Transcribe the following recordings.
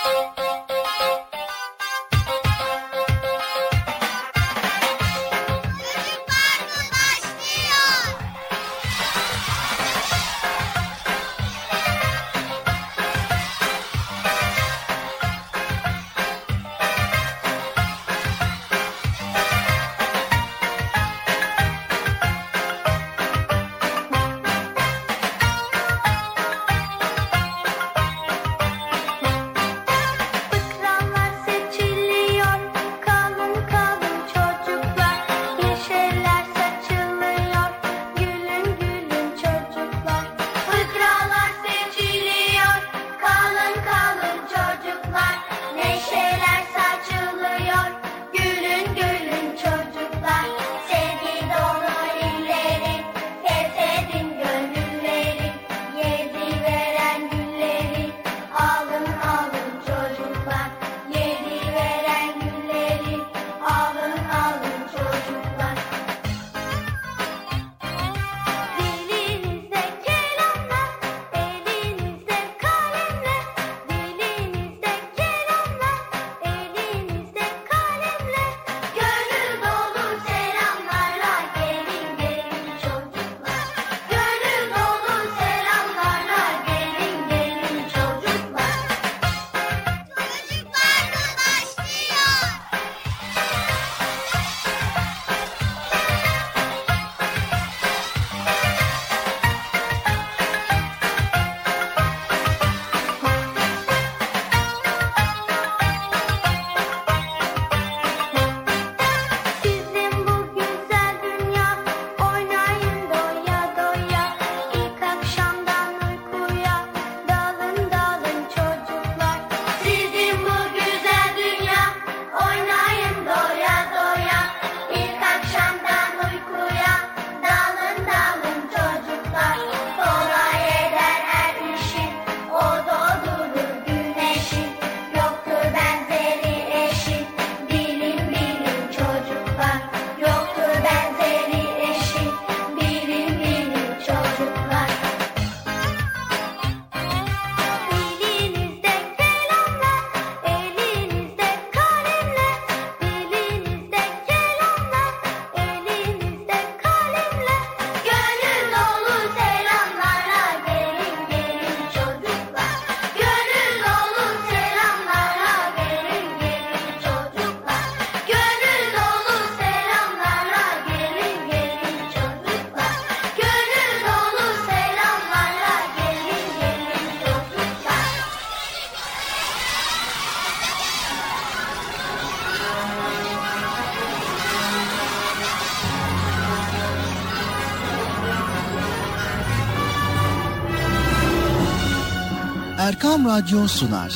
Erkam Radyo sunar.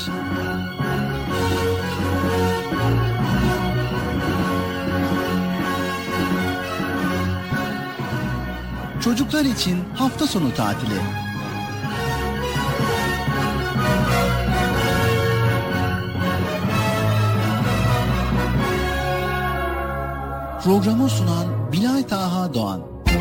Çocuklar için hafta sonu tatili. Programı sunan Bilal Taha Doğan.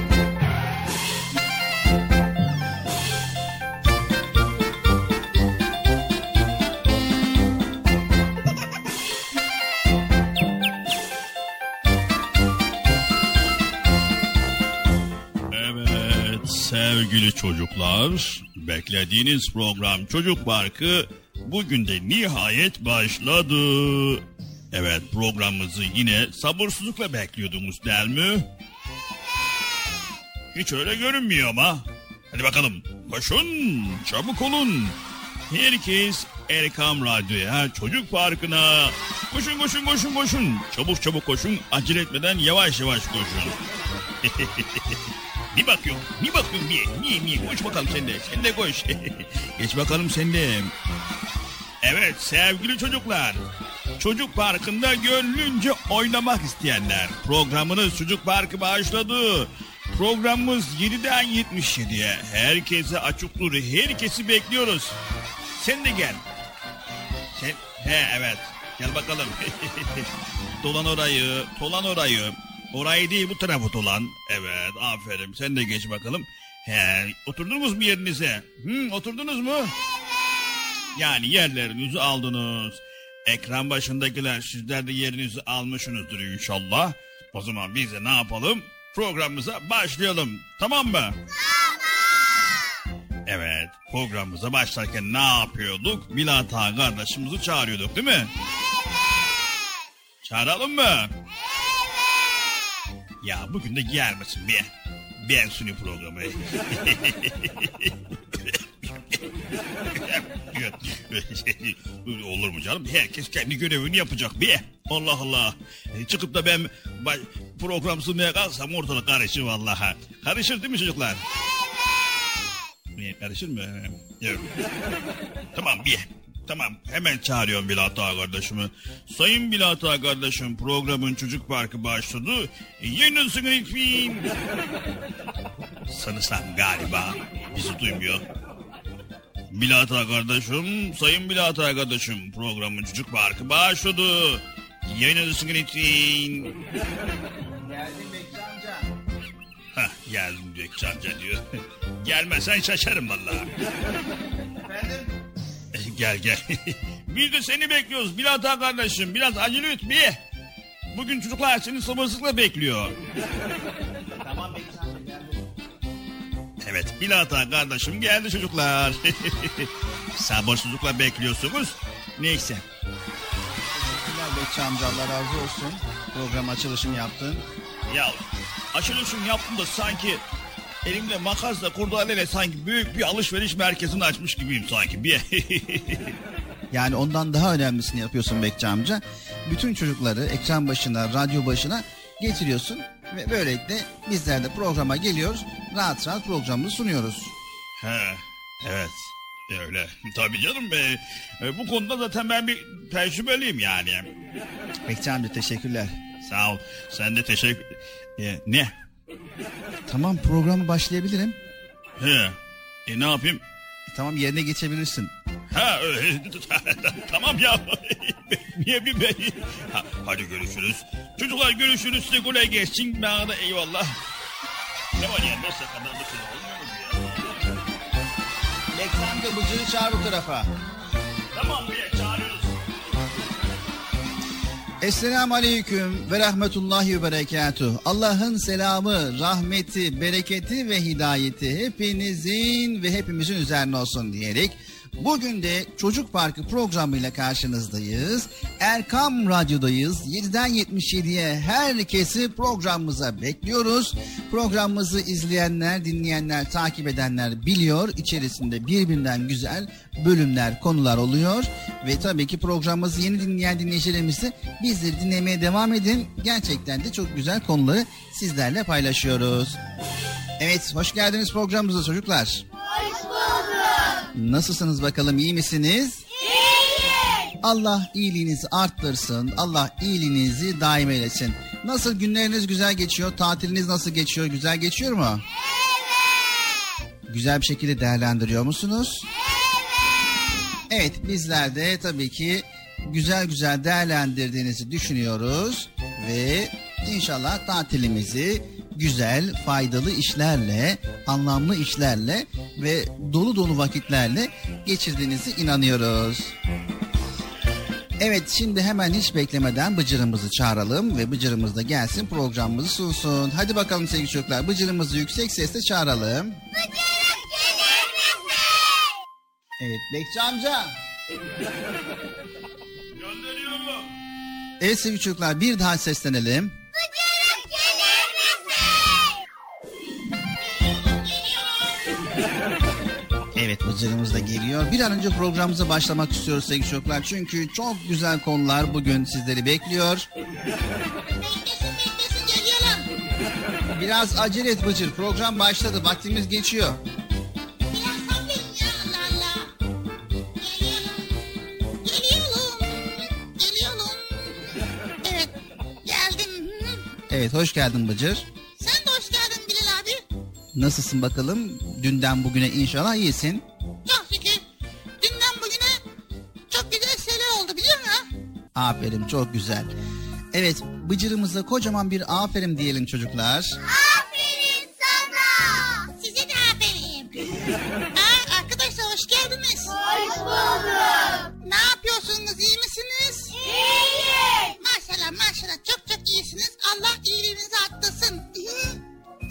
Sevgili çocuklar, beklediğiniz program Çocuk Parkı bugün de nihayet başladı. Evet, programımızı yine sabırsızlıkla bekliyordunuz değil mi? Hiç öyle görünmüyor ama. Hadi bakalım, koşun, çabuk olun. Herkes Erkam Radyo'ya, Çocuk Parkı'na. Koşun, koşun, koşun, koşun. Çabuk çabuk koşun, acele etmeden yavaş yavaş koşun. Bir bakıyorum, niye? Koş bakalım sen de, koş. Geç bakalım sen de. Evet sevgili çocuklar, Çocuk Parkı'nda gönlünce oynamak isteyenler, programınız Çocuk Parkı başladı. Programımız 7'den 77'ye. Herkese açıktır, herkesi bekliyoruz. Sen de gel. Evet, gel bakalım. Dolan orayı. Orayı değil, bu tarafı dolan. Evet, aferin. Sen de geç bakalım. Oturdunuz mu yerinize? Oturdunuz mu? Yani yerlerinizi aldınız. Ekran başındakiler sizler de yerinizi almışsınızdır inşallah. O zaman biz de ne yapalım? Programımıza başlayalım. Tamam mı? Tamam. Evet, programımıza başlarken ne yapıyorduk? Milat Ağa kardeşimizi çağırıyorduk değil mi? Evet. Çağıralım mı? Evet. Ya bugün de gelmesin bir. Ben suni programı. Olur mu canım? Herkes kendi görevini yapacak bir. Allah Allah. Çıkıp da ben program sunmaya kalksam ortalık karışır vallahi. Karışır değil mi çocuklar? Niye karışır mı? Evet. Tamam bir. Tamam hemen çağırıyorum Milat Ağa kardeşimi. Sayın Milat Ağa kardeşim, programın Çocuk Parkı başladı. Yenilsin lütfen. Sanırsam galiba bizi duymuyor. Milat Ağa kardeşim, Sayın Milat Ağa kardeşim, programın Çocuk Parkı başladı. Yenilsin lütfen. Geldim Bekçi amca. Hah, geldim Bekçi amca diyor. Gelmezsen şaşarım vallahi. Efendim? Gel. Biz de seni bekliyoruz Milat Ağa kardeşim. Biraz acele et bir. Bugün çocuklar seni sabırsızlıkla bekliyor. Tamam Bekçi amca geldim. Evet Milat Ağa kardeşim geldi çocuklar. Sabırsızlıkla bekliyorsunuz. Neyse. Teşekkürler Bekçi amca, Allah razı olsun. Program açılışını yaptın. Ya açılışını yaptım da sanki elimde makasla kurdaleyle sanki büyük bir alışveriş merkezini açmış gibiyim sanki. Yani ondan daha önemlisini yapıyorsun Bekçi amca. Bütün çocukları ekran başına, radyo başına getiriyorsun. Ve böylelikle bizler de programa geliyoruz. Rahat rahat programımızı sunuyoruz. He, evet. Öyle. Tabii canım be. Bu konuda zaten ben bir tecrübeliyim yani. Bekçi amca teşekkürler. Sağ ol. Sen de teşekkür... Ne? Tamam, programa başlayabilirim. He. Ne yapayım? Tamam, yerine geçebilirsin. Ha, tamam ya. Niye bir bey? Hadi görüşürüz. Çocuklar görüşürüz. Size kolay geçsin. Bana da eyvallah. Ne var yani? 5 dakikadan da size olmuyor mu ya? Bekçi amca, Bıcır'ı çağır bu tarafa. Tamam bir çağırıyoruz. Esselamu Aleyküm ve Rahmetullahi ve Berekatuh. Allah'ın selamı, rahmeti, bereketi ve hidayeti hepinizin ve hepimizin üzerine olsun diyerek bugün de Çocuk Parkı programıyla karşınızdayız. Erkam Radyo'dayız. 7'den 77'ye herkesi programımıza bekliyoruz. Programımızı izleyenler, dinleyenler, takip edenler biliyor. İçerisinde birbirinden güzel bölümler, konular oluyor. Ve tabii ki programımızı yeni dinleyen dinleyicilerimiz de bizleri dinlemeye devam edin. Gerçekten de çok güzel konuları sizlerle paylaşıyoruz. Evet, hoş geldiniz programımıza çocuklar. Hoş bulduk. Nasılsınız bakalım, iyi misiniz? İyiyim. Allah iyiliğinizi arttırsın. Allah iyiliğinizi daim eylesin. Nasıl, günleriniz güzel geçiyor? Tatiliniz nasıl geçiyor? Güzel geçiyor mu? Evet. Güzel bir şekilde değerlendiriyor musunuz? Evet. Evet, bizler de tabii ki güzel güzel değerlendirdiğinizi düşünüyoruz. Ve inşallah tatilimizi güzel, faydalı işlerle, anlamlı işlerle ve dolu dolu vakitlerle geçirdiğinizi inanıyoruz. Evet, şimdi hemen hiç beklemeden Bıcır'ımızı çağıralım ve Bıcır'ımız da gelsin, programımızı sunsun. Hadi bakalım sevgili çocuklar, Bıcır'ımızı yüksek sesle çağıralım. Bıcırık gelir misin? Evet, Bekçi amca. Gönderiyorum. Evet sevgili çocuklar, bir daha seslenelim. Bıcırık gelir misin? Evet, Bıcır'ımız da geliyor. Bir an önce programımıza başlamak istiyoruz sevgili çocuklar. Çünkü çok güzel konular bugün sizleri bekliyor. Beklesin geliyorum. Biraz acele et Bıcır. Program başladı. Vaktimiz geçiyor. Biraz sabredin ya, Allah Allah. Geliyorum. Evet, geldim. Evet, hoş geldin Bıcır. Sen de hoş geldin Bilal abi. Nasılsın bakalım? Dünden bugüne inşallah iyisin. Çok şükür. Dünden bugüne çok güzel şeyler oldu, biliyor musun? Aferin, çok güzel. Evet, Bıcır'ımıza kocaman bir aferin diyelim çocuklar. Aferin sana. Size de aferin. Arkadaşlar hoş geldiniz. Hoş bulduk.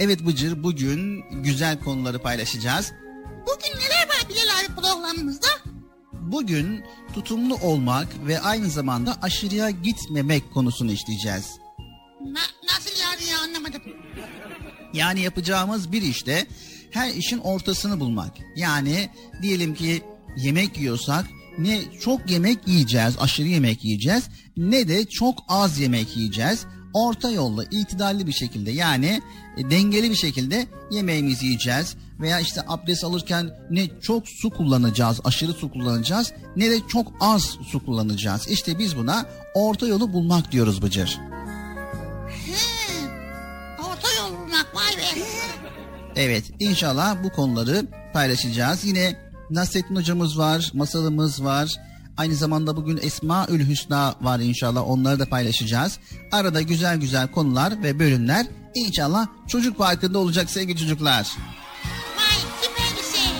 Evet Bıcır, bugün güzel konuları paylaşacağız. Bugün neler var Bilal abi programımızda? Bugün tutumlu olmak ve aynı zamanda aşırıya gitmemek konusunu işleyeceğiz. Nasıl yani ya, anlamadım. Yani yapacağımız bir işte her işin ortasını bulmak. Yani diyelim ki yemek yiyorsak ne çok yemek yiyeceğiz, aşırı yemek yiyeceğiz, ne de çok az yemek yiyeceğiz. Orta yolla, itidalli bir şekilde, yani dengeli bir şekilde yemeğimizi yiyeceğiz. Veya işte abdest alırken ne çok su kullanacağız, aşırı su kullanacağız, ne de çok az su kullanacağız. İşte biz buna orta yolu bulmak diyoruz Bıcır. Orta yol bulmak, vay be. Evet, inşallah bu konuları paylaşacağız. Yine Nasrettin hocamız var, masalımız var. Aynı zamanda bugün Esmaül Hüsna var, inşallah onları da paylaşacağız. Arada güzel güzel konular ve bölümler inşallah Çocuk Parkı'nda olacak sevgili çocuklar. Vay, süper bir şey.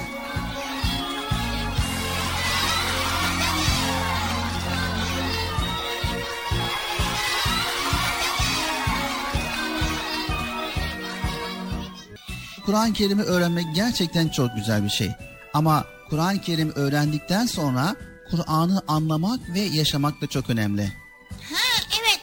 Kur'an-ı Kerim'i öğrenmek gerçekten çok güzel bir şey. Ama Kur'an-ı Kerim öğrendikten sonra Kur'an'ı anlamak ve yaşamak da çok önemli. Evet.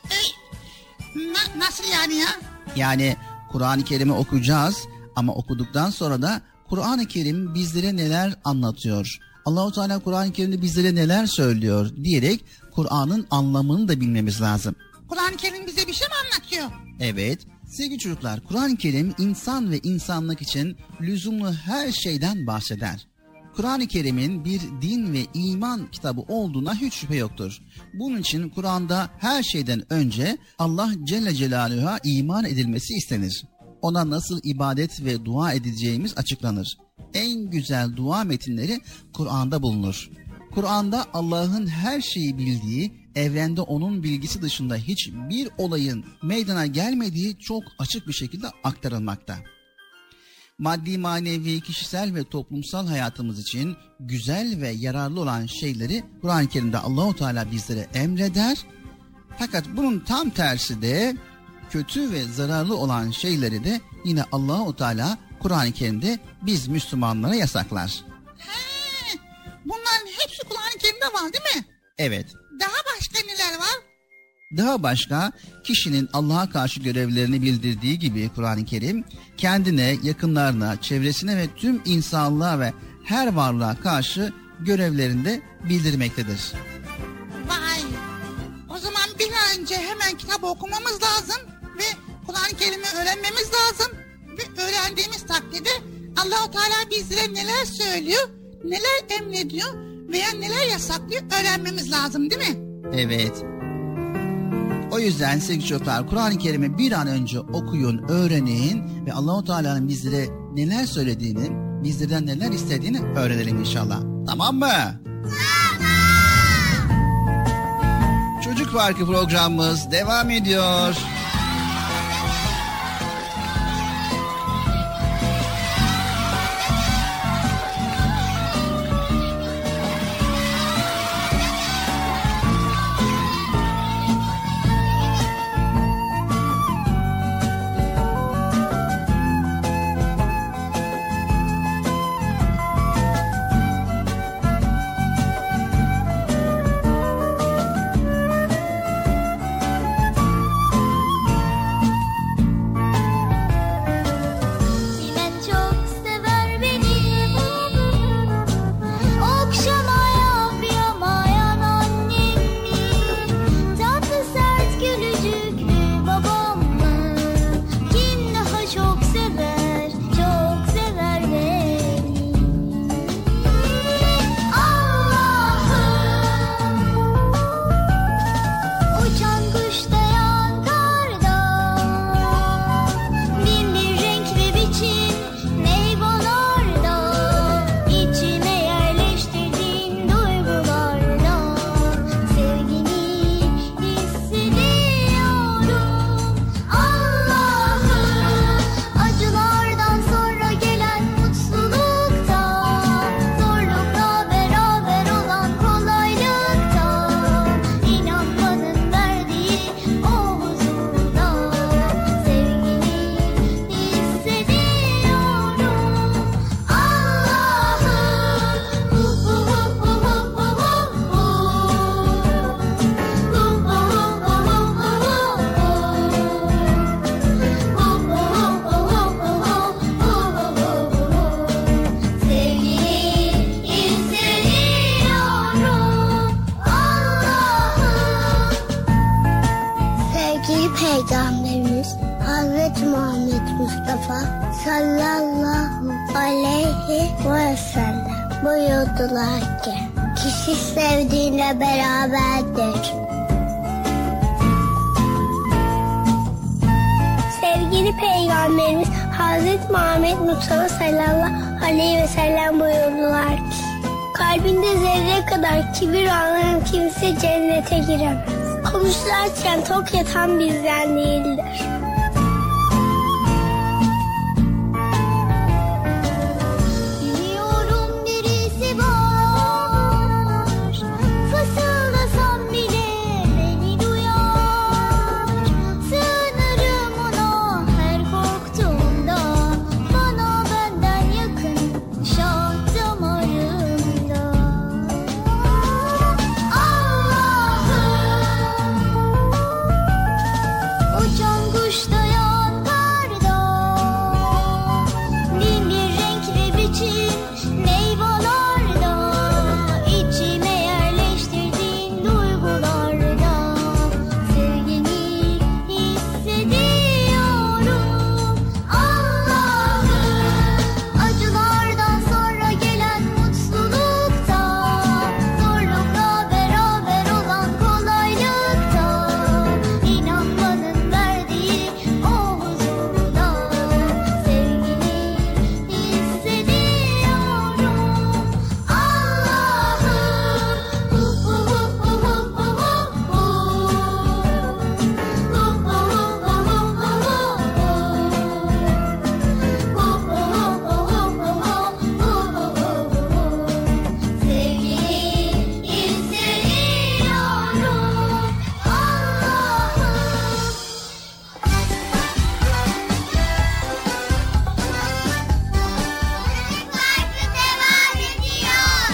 Nasıl yani ya? Yani Kur'an-ı Kerim'i okuyacağız ama okuduktan sonra da Kur'an-ı Kerim bizlere neler anlatıyor, Allah-u Teala Kur'an-ı Kerim'de bizlere neler söylüyor diyerek Kur'an'ın anlamını da bilmemiz lazım. Kur'an-ı Kerim bize bir şey mi anlatıyor? Evet sevgili çocuklar, Kur'an-ı Kerim insan ve insanlık için lüzumlu her şeyden bahseder. Kur'an-ı Kerim'in bir din ve iman kitabı olduğuna hiç şüphe yoktur. Bunun için Kur'an'da her şeyden önce Allah Celle Celaluhu'ya iman edilmesi istenir. Ona nasıl ibadet ve dua edeceğimiz açıklanır. En güzel dua metinleri Kur'an'da bulunur. Kur'an'da Allah'ın her şeyi bildiği, evrende onun bilgisi dışında hiçbir olayın meydana gelmediği çok açık bir şekilde aktarılmakta. Maddi, manevi, kişisel ve toplumsal hayatımız için güzel ve yararlı olan şeyleri Kur'an-ı Kerim'de Allah-u Teala bizlere emreder. Fakat bunun tam tersi de kötü ve zararlı olan şeyleri de yine Allah-u Teala Kur'an-ı Kerim'de biz Müslümanlara yasaklar. Bunların hepsi Kur'an-ı Kerim'de var değil mi? Evet. Daha başka neler var? Daha başka kişinin Allah'a karşı görevlerini bildirdiği gibi Kur'an-ı Kerim kendine, yakınlarına, çevresine ve tüm insanlığa ve her varlığa karşı görevlerini de bildirmektedir. Vay! O zaman bir an önce hemen kitap okumamız lazım ve Kur'an-ı Kerim'i öğrenmemiz lazım. Ve öğrendiğimiz takdirde Allah-u Teala bizlere neler söylüyor, neler emrediyor veya neler yasaklıyor öğrenmemiz lazım değil mi? Evet. O yüzden sevgili çocuklar, Kur'an-ı Kerim'i bir an önce okuyun, öğrenin ve Allah-u Teala'nın bizlere neler söylediğini, bizlerden neler istediğini öğrenelim inşallah. Tamam mı? Çocuk Parkı programımız devam ediyor. Mustafa sallallahu aleyhi ve sellem buyurdular ki kişi sevdiğiyle beraberdir. Sevgili Peygamberimiz Hazreti Muhammed Mustafa sallallahu aleyhi ve sellem buyurdular ki kalbinde zerre kadar kibir olan kimse cennete giremez. Konuşlarken tok yatan bizden değildir. Biliyorum birisi var, fısıldasam bile beni duyar. Sığınırım ona her korktuğumda, bana benden yakın şah damarında. Uçan kuş dayan karda, bin bir renk ve biçim meyvelarda, içime yerleştirdiğin duygularda sevgini hissediyorum. Allah'ım, acılardan sonra gelen mutlulukta, zorlukla beraber olan kolaylıkta, inanmanın verdiği o huzurda sevgini hissediyorum. Sevgini hissediyorum. Farklı devam ediyor.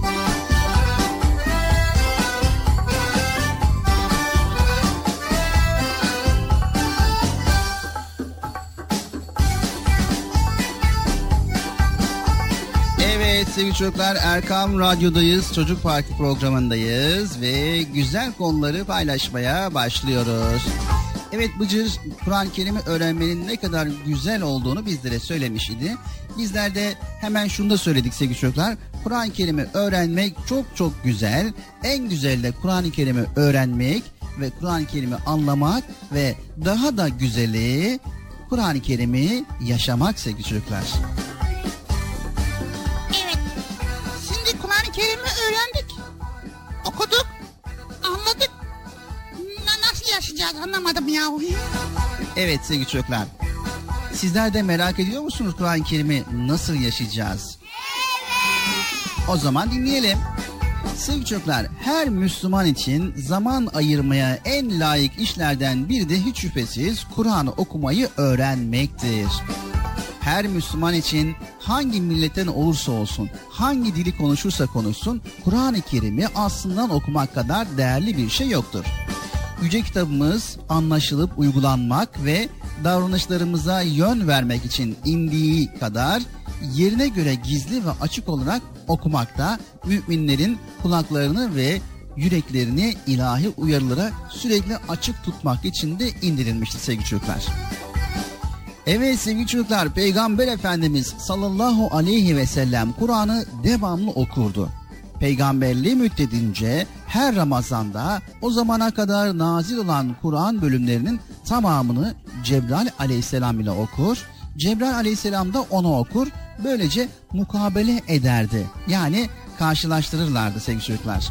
Evet sevgili çocuklar, Erkam Radyo'dayız, Çocuk Parkı programındayız ve güzel konuları paylaşmaya başlıyoruz. Evet, Bıcır Kur'an-ı Kerim'i öğrenmenin ne kadar güzel olduğunu bizlere söylemiş idi. Bizler de hemen şunu da söyledik sevgili çocuklar. Kur'an-ı Kerim'i öğrenmek çok çok güzel. En güzel de Kur'an-ı Kerim'i öğrenmek ve Kur'an-ı Kerim'i anlamak ve daha da güzeli Kur'an-ı Kerim'i yaşamak sevgili çocuklar. Evet. Şimdi Kur'an-ı Kerim'i öğrendik. Okuduk. Anladık. Nasıl yaşayacağız anlamadım ya. Evet sevgili çocuklar. Sizler de merak ediyor musunuz Kur'an-ı Kerim'i nasıl yaşayacağız? Evet. O zaman dinleyelim. Sevgili çocuklar, her Müslüman için zaman ayırmaya en layık işlerden biri de hiç şüphesiz Kur'an'ı okumayı öğrenmektir. Her Müslüman için hangi milletten olursa olsun, hangi dili konuşursa konuşsun, Kur'an-ı Kerim'i aslından okumak kadar değerli bir şey yoktur. Yüce kitabımız anlaşılıp uygulanmak ve davranışlarımıza yön vermek için indiği kadar yerine göre gizli ve açık olarak okumakta, müminlerin kulaklarını ve yüreklerini ilahi uyarılara sürekli açık tutmak için de indirilmiştir sevgili çocuklar. Evet sevgili çocuklar, Peygamber Efendimiz sallallahu aleyhi ve sellem Kur'an'ı devamlı okurdu. Peygamberliği müddettince her Ramazan'da o zamana kadar nazil olan Kur'an bölümlerinin tamamını Cebrail aleyhisselam ile okur. Cebrail aleyhisselam da onu okur. Böylece mukabele ederdi. Yani karşılaştırırlardı sevgili çocuklar.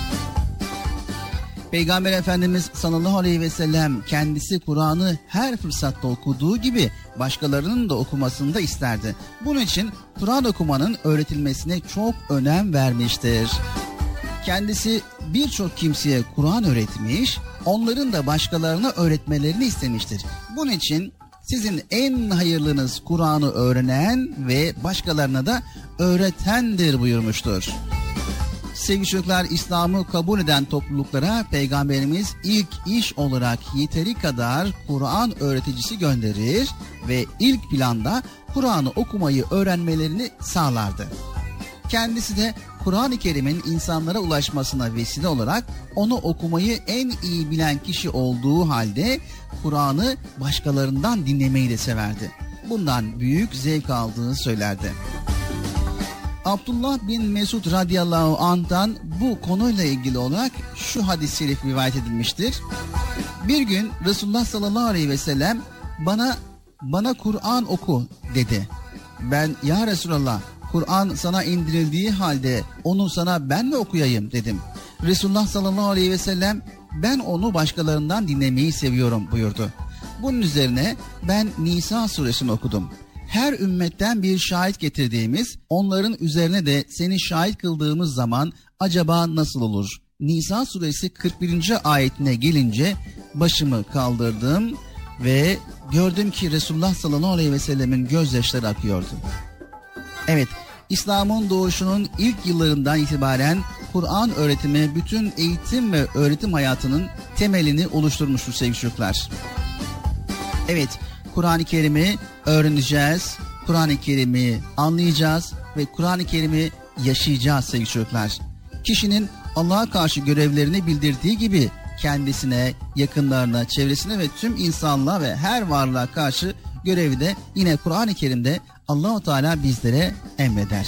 Peygamber Efendimiz sallallahu aleyhi ve sellem kendisi Kur'an'ı her fırsatta okuduğu gibi başkalarının da okumasını da isterdi. Bunun için Kur'an okumanın öğretilmesine çok önem vermiştir. Kendisi birçok kimseye Kur'an öğretmiş, onların da başkalarına öğretmelerini istemiştir. Bunun için sizin en hayırlınız Kur'an'ı öğrenen ve başkalarına da öğretendir buyurmuştur. Sevgili çocuklar, İslam'ı kabul eden topluluklara Peygamberimiz ilk iş olarak yeteri kadar Kur'an öğreticisi gönderir ve ilk planda Kur'an'ı okumayı öğrenmelerini sağlardı. Kendisi de Kur'an-ı Kerim'in insanlara ulaşmasına vesile olarak onu okumayı en iyi bilen kişi olduğu halde Kur'an'ı başkalarından dinlemeyi de severdi. bundan büyük zevk aldığını söylerdi. Abdullah bin Mesud radıyallahu anh'tan bu konuyla ilgili olarak şu hadis-i şerif rivayet edilmiştir. Bir gün Resulullah sallallahu aleyhi ve sellem bana Kur'an oku dedi. Ben ya Resulallah, Kur'an sana indirildiği halde onu sana ben mi okuyayım dedim. Resulullah sallallahu aleyhi ve sellem ben onu başkalarından dinlemeyi seviyorum buyurdu. Bunun üzerine ben Nisa suresini okudum. Her ümmetten bir şahit getirdiğimiz, onların üzerine de seni şahit kıldığımız zaman acaba nasıl olur? Nisa suresi 41. ayetine gelince başımı kaldırdım ve gördüm ki Resulullah sallallahu aleyhi ve sellemin gözyaşları akıyordu. Evet, İslam'ın doğuşunun ilk yıllarından itibaren Kur'an öğretimi bütün eğitim ve öğretim hayatının temelini oluşturmuştur sevgili çocuklar. Evet, Kur'an-ı Kerim'i öğreneceğiz, Kur'an-ı Kerim'i anlayacağız ve Kur'an-ı Kerim'i yaşayacağız sevgili çocuklar. Kişinin Allah'a karşı görevlerini bildirdiği gibi kendisine, yakınlarına, çevresine ve tüm insanlığa ve her varlığa karşı görevi de yine Kur'an-ı Kerim'de Allah-u Teala bizlere emreder.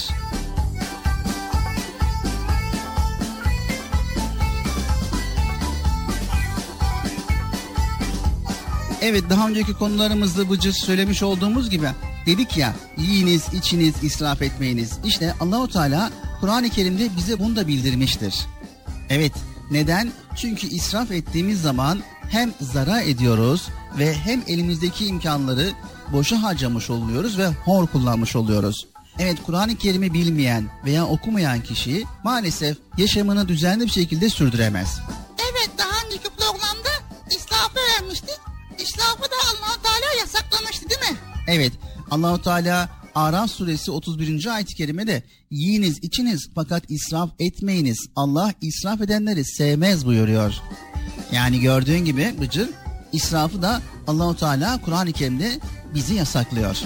Evet, daha önceki konularımızda Bıcır söylemiş olduğumuz gibi dedik ya, yiyiniz, içiniz, israf etmeyiniz. İşte Allah-u Teala Kur'an-ı Kerim'de bize bunu da bildirmiştir. Evet, neden? Çünkü israf ettiğimiz zaman hem zarar ediyoruz ve hem elimizdeki imkanları boşa harcamış oluyoruz ve hor kullanmış oluyoruz. Evet, Kur'an-ı Kerim'i bilmeyen veya okumayan kişi maalesef yaşamını düzenli bir şekilde sürdüremez. Evet, daha önceki programda israfı öğrenmiştik. İsrafı da Allah-u Teala yasaklamıştı değil mi? Evet, Allah-u Teala Araf suresi 31. ayet-i kerimede yiyiniz, içiniz fakat israf etmeyiniz. Allah israf edenleri sevmez buyuruyor. Yani gördüğün gibi Bıcır, israfı da Allah-u Teala Kur'an-ı Kerim'de bizi yasaklıyor.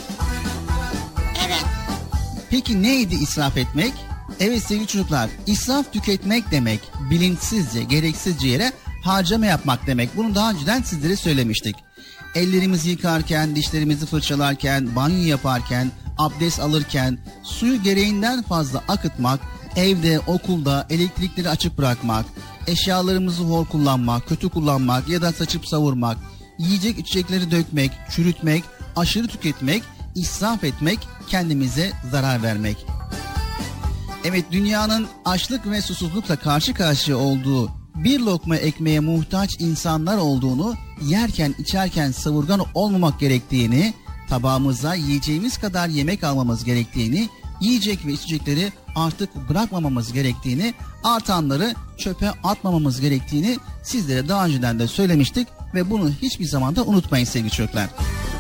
Evet. Peki neydi israf etmek? Evet sevgili çocuklar, israf tüketmek demek, bilinçsizce, gereksizce yere harcama yapmak demek. Bunu daha önceden sizlere söylemiştik. Ellerimizi yıkarken, dişlerimizi fırçalarken, banyo yaparken, abdest alırken suyu gereğinden fazla akıtmak, evde, okulda elektrikleri açık bırakmak, eşyalarımızı hor kullanmak, kötü kullanmak ya da saçıp savurmak, yiyecek içecekleri dökmek, çürütmek, aşırı tüketmek, israf etmek, kendimize zarar vermek. Evet, dünyanın açlık ve susuzlukla karşı karşıya olduğu, bir lokma ekmeğe muhtaç insanlar olduğunu, yerken içerken savurgan olmamak gerektiğini, tabağımıza yiyeceğimiz kadar yemek almamız gerektiğini, yiyecek ve içecekleri artık bırakmamamız gerektiğini, artanları çöpe atmamamız gerektiğini sizlere daha önceden de söylemiştik ve bunu hiçbir zaman da unutmayın sevgili çocuklar.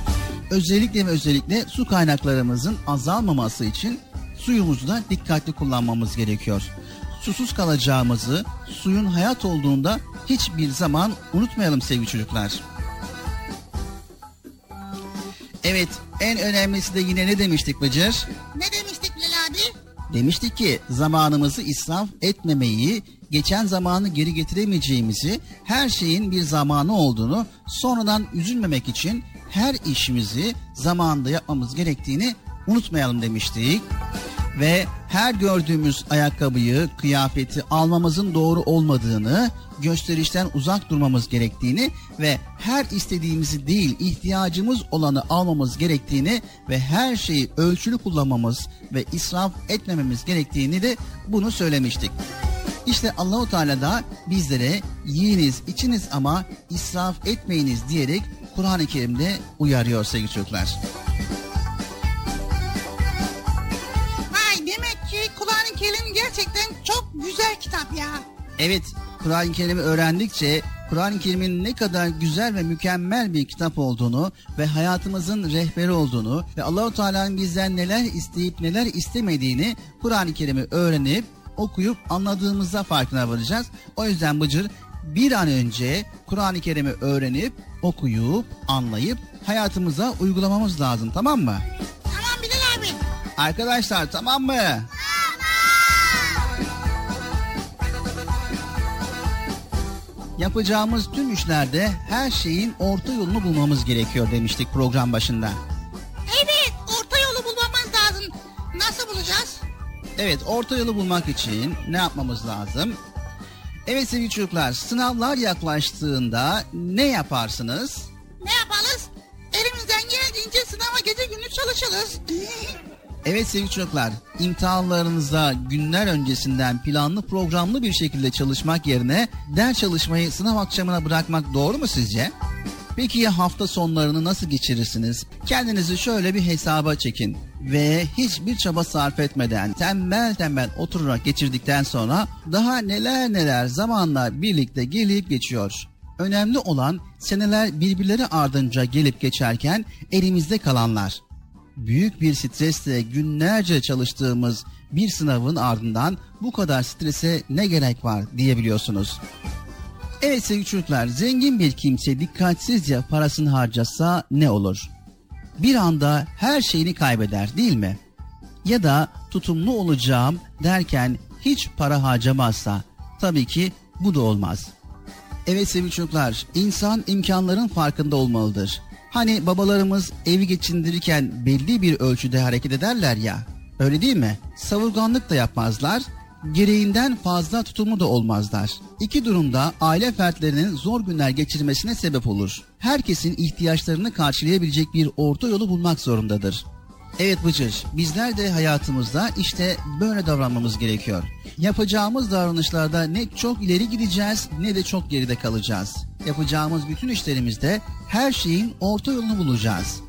Özellikle su kaynaklarımızın azalmaması için suyumuzu da dikkatli kullanmamız gerekiyor. Susuz kalacağımızı, suyun hayat olduğunda hiçbir zaman unutmayalım sevgili çocuklar. Evet, en önemlisi de yine ne demiştik Bıcır? Ne demiştik Bilal abi? Demiştik ki zamanımızı israf etmemeyi, geçen zamanı geri getiremeyeceğimizi, her şeyin bir zamanı olduğunu, sonradan üzülmemek için her işimizi zamanında yapmamız gerektiğini unutmayalım demiştik. Ve her gördüğümüz ayakkabıyı, kıyafeti almamızın doğru olmadığını, gösterişten uzak durmamız gerektiğini ve her istediğimizi değil, ihtiyacımız olanı almamız gerektiğini ve her şeyi ölçülü kullanmamız ve israf etmememiz gerektiğini de bunu söylemiştik. İşte Allah-u Teala da bizlere yiyiniz, içiniz ama israf etmeyiniz diyerek Kur'an-ı Kerim'de uyarıyor sevgili çocuklar. Kur'an-ı Kerim gerçekten çok güzel kitap ya. Evet, Kur'an-ı Kerim'i öğrendikçe Kur'an-ı Kerim'in ne kadar güzel ve mükemmel bir kitap olduğunu ve hayatımızın rehberi olduğunu ve Allah-u Teala'nın bizden neler isteyip neler istemediğini Kur'an-ı Kerim'i öğrenip okuyup anladığımızda farkına varacağız. O yüzden Bıcır, bir an önce Kur'an-ı Kerim'i öğrenip okuyup anlayıp hayatımıza uygulamamız lazım, tamam mı? Tamam Bilal abi. Arkadaşlar, tamam mı? Yapacağımız tüm işlerde her şeyin orta yolunu bulmamız gerekiyor demiştik program başında. Evet. Evet, orta yolu bulmak için ne yapmamız lazım? Evet sevgili çocuklar, sınavlar yaklaştığında ne yaparsınız? Ne yapalım? Elimizden geldiğince sınava gece gündüz çalışırız. Evet sevgili çocuklar, imtihanlarınıza günler öncesinden planlı programlı bir şekilde çalışmak yerine ders çalışmayı sınav akşamına bırakmak doğru mu sizce? Peki ya hafta sonlarını nasıl geçirirsiniz? Kendinizi şöyle bir hesaba çekin ve hiçbir çaba sarf etmeden tembel tembel oturarak geçirdikten sonra daha neler zamanlar birlikte gelip geçiyor. Önemli olan seneler birbirleri ardınca gelip geçerken elimizde kalanlar. Büyük bir stresle günlerce çalıştığımız bir sınavın ardından bu kadar strese ne gerek var diyebiliyorsunuz. Evet sevgili çocuklar, zengin bir kimse dikkatsizce parasını harcasa ne olur? Bir anda her şeyini kaybeder değil mi? Ya da tutumlu olacağım derken hiç para harcamazsa tabii ki bu da olmaz. Evet sevgili çocuklar, insan imkanların farkında olmalıdır. Hani babalarımız evi geçindirirken belli bir ölçüde hareket ederler ya, öyle değil mi? Savurganlık da yapmazlar, gereğinden fazla tutumlu da olmazlar. İki durumda aile fertlerinin zor günler geçirmesine sebep olur. Herkesin ihtiyaçlarını karşılayabilecek bir orta yolu bulmak zorundadır. Evet Bıcır, bizler de hayatımızda işte böyle davranmamız gerekiyor. Yapacağımız davranışlarda ne çok ileri gideceğiz ne de çok geride kalacağız. Yapacağımız bütün işlerimizde her şeyin orta yolunu bulacağız.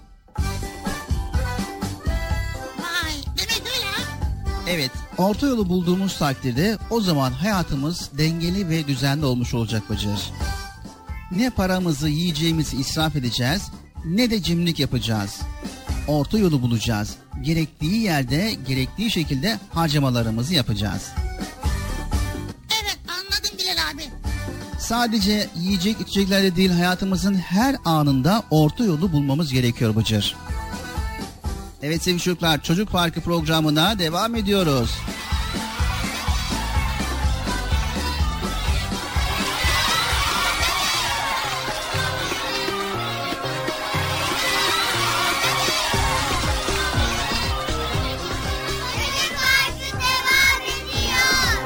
Vay, demek öyle ha? Evet, orta yolu bulduğumuz takdirde o zaman hayatımız dengeli ve düzenli olmuş olacak Bıcır. Ne paramızı, yiyeceğimizi israf edeceğiz ne de cimrilik yapacağız. Orta yolu bulacağız. Gerektiği yerde, gerektiği şekilde harcamalarımızı yapacağız. Evet, anladım Bilal abi. Sadece yiyecek içeceklerle değil, hayatımızın her anında orta yolu bulmamız gerekiyor Bıcır. Evet sevgili çocuklar, Çocuk Parkı programına devam ediyoruz. Çocuk Parkı devam ediyor.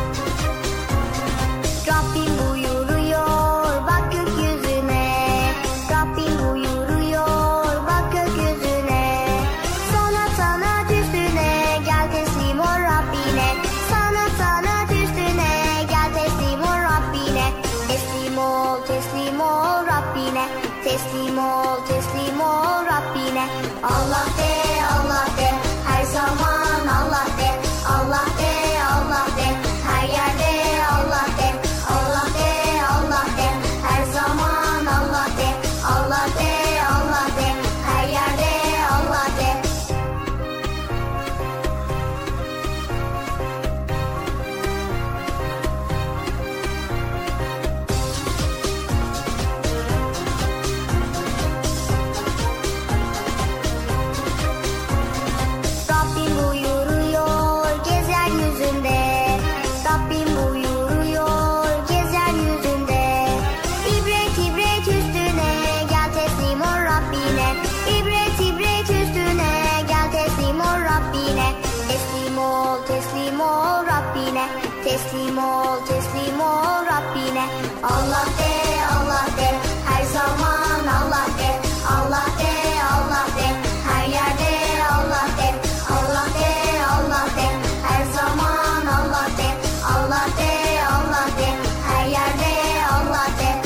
Rabbim buyuruyor bak gökyüzüne. Rabbim buyuruyor bak gökyüzüne. Sanatına üstüne gel teslim ol Rabbine. Sanatına üstüne gel teslim ol Rabbine. Teslim ol Rabbine. Teslim ol Rabbine. Allah de Allah de her zaman Allah de. Allah de Allah de her yerde Allah de. Allah de Allah de her zaman Allah de. Allah de Allah de her yerde Allah de. Rabbim buyuruyor gez yeryüzünde. Rabbim buyuruyor gez yeryüzünde. İbret üstüne gel teslim ol Rabbine. İbret üstüne gel teslim ol Rabbine. Teslim ol Rabbine. Teslim ol Rabbine. Allah de Allah de her zaman Allah de. Allah de Allah de her yerde Allah de. Allah de Allah de her zaman Allah de. Allah de Allah de her yerde Allah de.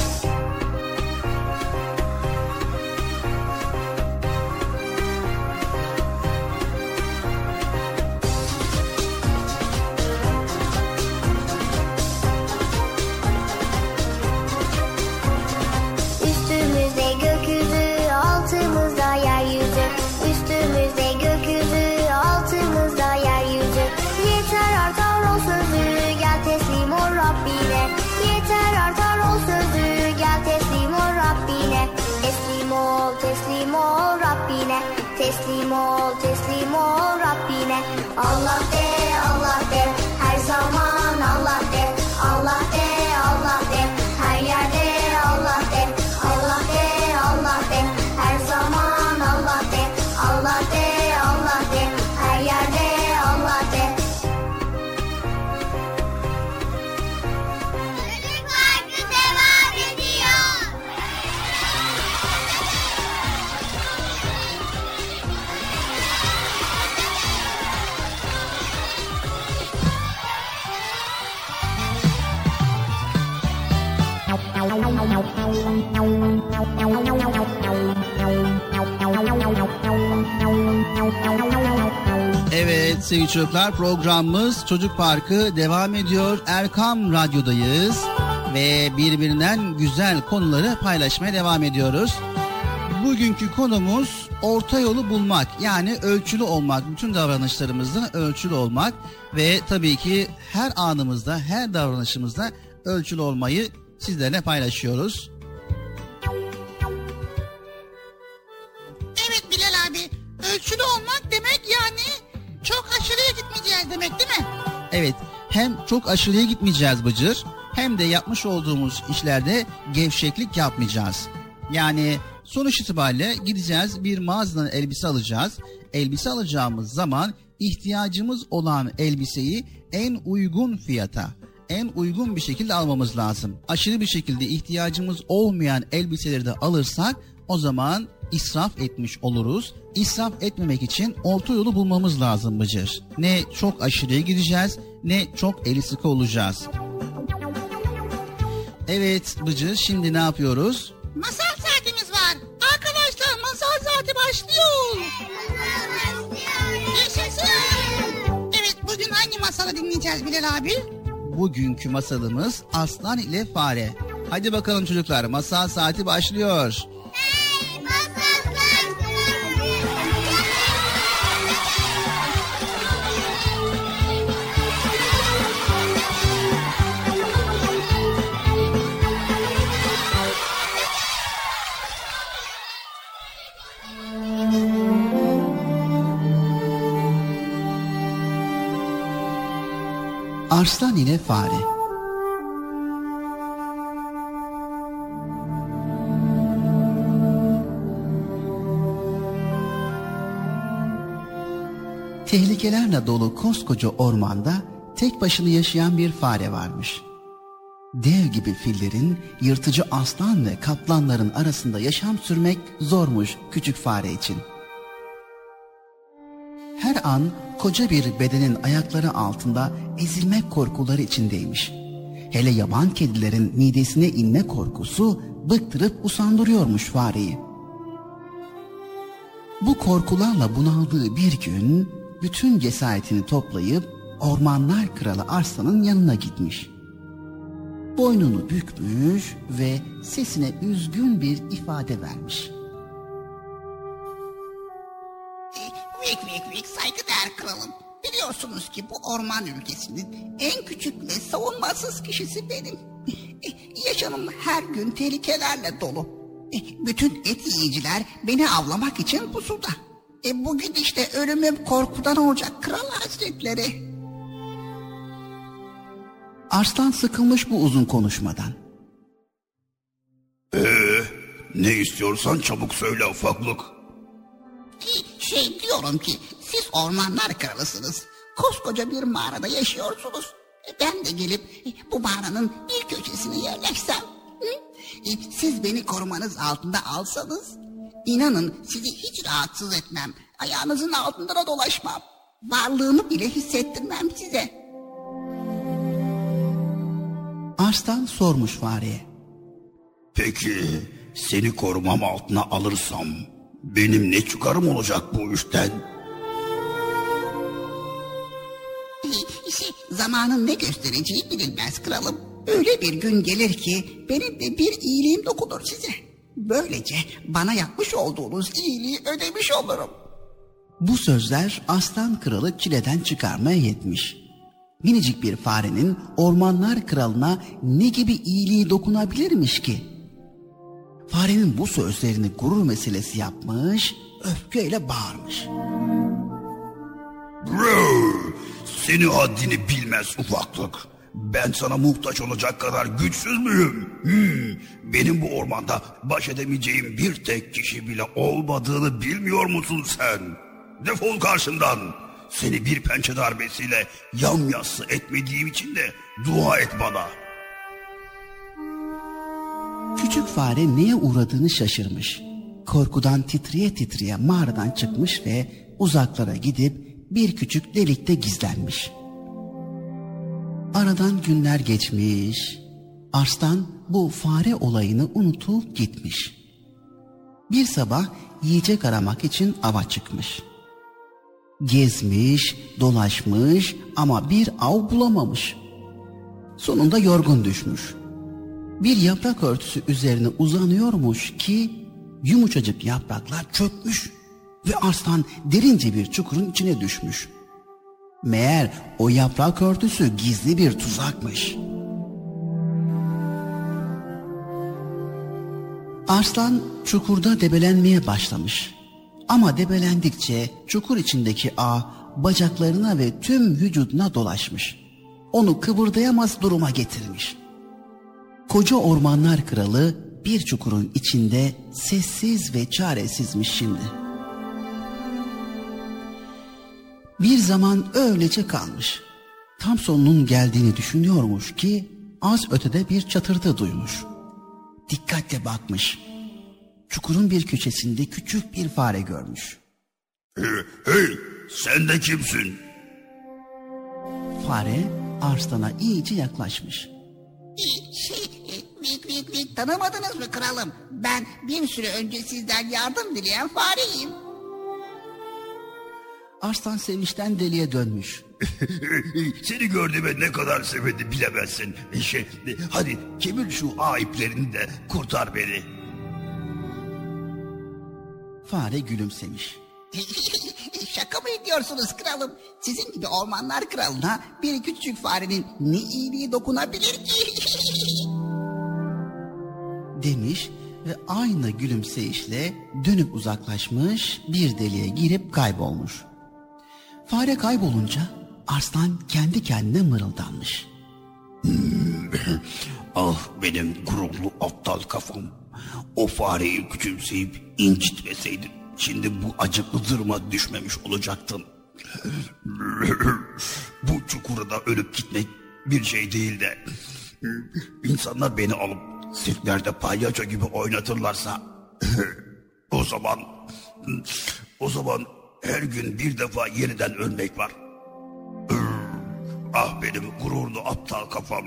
Evet sevgili çocuklar, programımız Çocuk Parkı devam ediyor. Erkam Radyo'dayız ve birbirinden güzel konuları paylaşmaya devam ediyoruz. Bugünkü konumuz orta yolu bulmak, yani ölçülü olmak, bütün davranışlarımızda ölçülü olmak ve tabii ki her anımızda, her davranışımızda ölçülü olmayı sizlerle paylaşıyoruz. Evet Bilal abi, ölçülü olmak demek yani çok aşırıya gitmeyeceğiz demek değil mi? Evet, hem çok aşırıya gitmeyeceğiz Bıcır, hem de yapmış olduğumuz işlerde gevşeklik yapmayacağız. Yani sonuç itibariyle gideceğiz, bir mağazadan elbise alacağız. Elbise alacağımız zaman ihtiyacımız olan elbiseyi en uygun fiyata, en uygun bir şekilde almamız lazım. Aşırı bir şekilde ihtiyacımız olmayan elbiseleri de alırsak o zaman israf etmiş oluruz. İsraf etmemek için orta yolu bulmamız lazım Bıcır. Ne çok aşırıya gideceğiz, ne çok eli sıkı olacağız. Evet Bıcır, şimdi ne yapıyoruz? Masal saatimiz var. Arkadaşlar masal saati başlıyor. Yaşasın. Evet, bugün hangi masalı dinleyeceğiz Bilal abi? Bugünkü masalımız Aslan ile Fare. Hadi bakalım çocuklar, masal saati başlıyor. Arslan ile Fare. Tehlikelerle dolu koskoca ormanda tek başına yaşayan bir fare varmış. Dev gibi fillerin, yırtıcı aslan ve kaplanların arasında yaşam sürmek zormuş küçük fare için. Her an koca bir bedenin ayakları altında ezilmek korkuları içindeymiş. Hele yaban kedilerin midesine inme korkusu bıktırıp usandırıyormuş fareyi. Bu korkularla bunaldığı bir gün bütün cesaretini toplayıp Ormanlar Kralı Arslan'ın yanına gitmiş. Boynunu bükmüş ve sesine üzgün bir ifade vermiş. Vik saygıdeğer kralım. Biliyorsunuz ki bu orman ülkesinin en küçük ve savunmasız kişisi benim. Yaşamım her gün tehlikelerle dolu. Bütün et yiyiciler beni avlamak için pusuda. Bugün işte ölümüm korkudan olacak kral hazretleri. Arslan sıkılmış bu uzun konuşmadan. Ne istiyorsan çabuk söyle ufaklık. Diyorum ki siz ormanlar kralısınız. Koskoca bir mağarada yaşıyorsunuz. Ben de gelip bu mağaranın bir köşesine yerleşsem. Siz beni korumanız altında alsanız, İnanın sizi hiç rahatsız etmem. Ayağınızın altında da dolaşmam. Varlığımı bile hissettirmem size. Arslan sormuş fareye. Peki seni korumam altına alırsam benim ne çıkarım olacak bu işten? Zamanın ne göstereceği bilinmez kralım. Öyle bir gün gelir ki benim de bir iyiliğim dokunur size. Böylece bana yapmış olduğunuz iyiliği ödemiş olurum. Bu sözler aslan kralı çileden çıkarmaya yetmiş. Minicik bir farenin ormanlar kralına ne gibi iyiliği dokunabilirmiş ki? Farenin bu sözlerini gurur meselesi yapmış, öfkeyle bağırmış. Seni haddini bilmez ufaklık. Ben sana muhtaç olacak kadar güçsüz müyüm? Benim bu ormanda baş edemeyeceğim bir tek kişi bile olmadığını bilmiyor musun sen? Defol karşımdan. Seni bir pençe darbesiyle yamyassı etmediğim için de dua et bana. Küçük fare neye uğradığını şaşırmış. Korkudan titreye titreye mağaradan çıkmış ve uzaklara gidip bir küçük delikte gizlenmiş. Aradan günler geçmiş, Arslan bu fare olayını unutup gitmiş. Bir sabah yiyecek aramak için ava çıkmış. Gezmiş, dolaşmış ama bir av bulamamış. Sonunda yorgun düşmüş. Bir yaprak örtüsü üzerine uzanıyormuş ki yumuşacık yapraklar çökmüş ve arslan derince bir çukurun içine düşmüş. Meğer o yaprak örtüsü gizli bir tuzakmış. Arslan çukurda debelenmeye başlamış. Ama debelendikçe çukur içindeki ağ bacaklarına ve tüm vücuduna dolaşmış. Onu kıvırdayamaz duruma getirmiş. Koca ormanlar kralı bir çukurun içinde sessiz ve çaresizmiş şimdi. Bir zaman öylece kalmış. Tam sonunun geldiğini düşünüyormuş ki az ötede bir çatırtı duymuş. Dikkatle bakmış. Çukurun bir köşesinde küçük bir fare görmüş. Hey, sen de kimsin? Fare Arslan'a iyice yaklaşmış. Tanımadınız mı kralım? Ben bir süre önce sizden yardım dileyen fareyim. Arslan sevinçten deliye dönmüş. Seni gördüğüme ne kadar sevindim bilemezsin. Hadi kemir şu ağ iplerini de kurtar beni. Fare gülümsemiş. Şaka mı ediyorsunuz kralım? Sizin gibi ormanlar kralına bir küçük farenin ne iyiliği dokunabilir ki? Demiş ve aynı gülümseyişle dönüp uzaklaşmış, bir deliğe girip kaybolmuş. Fare kaybolunca Arslan kendi kendine mırıldanmış. Ah benim gururlu aptal kafam. O fareyi küçümseyip incitmeseydim şimdi bu acıklı duruma düşmemiş olacaktım. Bu çukurda ölüp gitmek bir şey değil de insanlar beni alıp sirklerde palyaço gibi oynatırlarsa o zaman her gün bir defa yeniden ölmek var. Ah benim gururlu aptal kafam.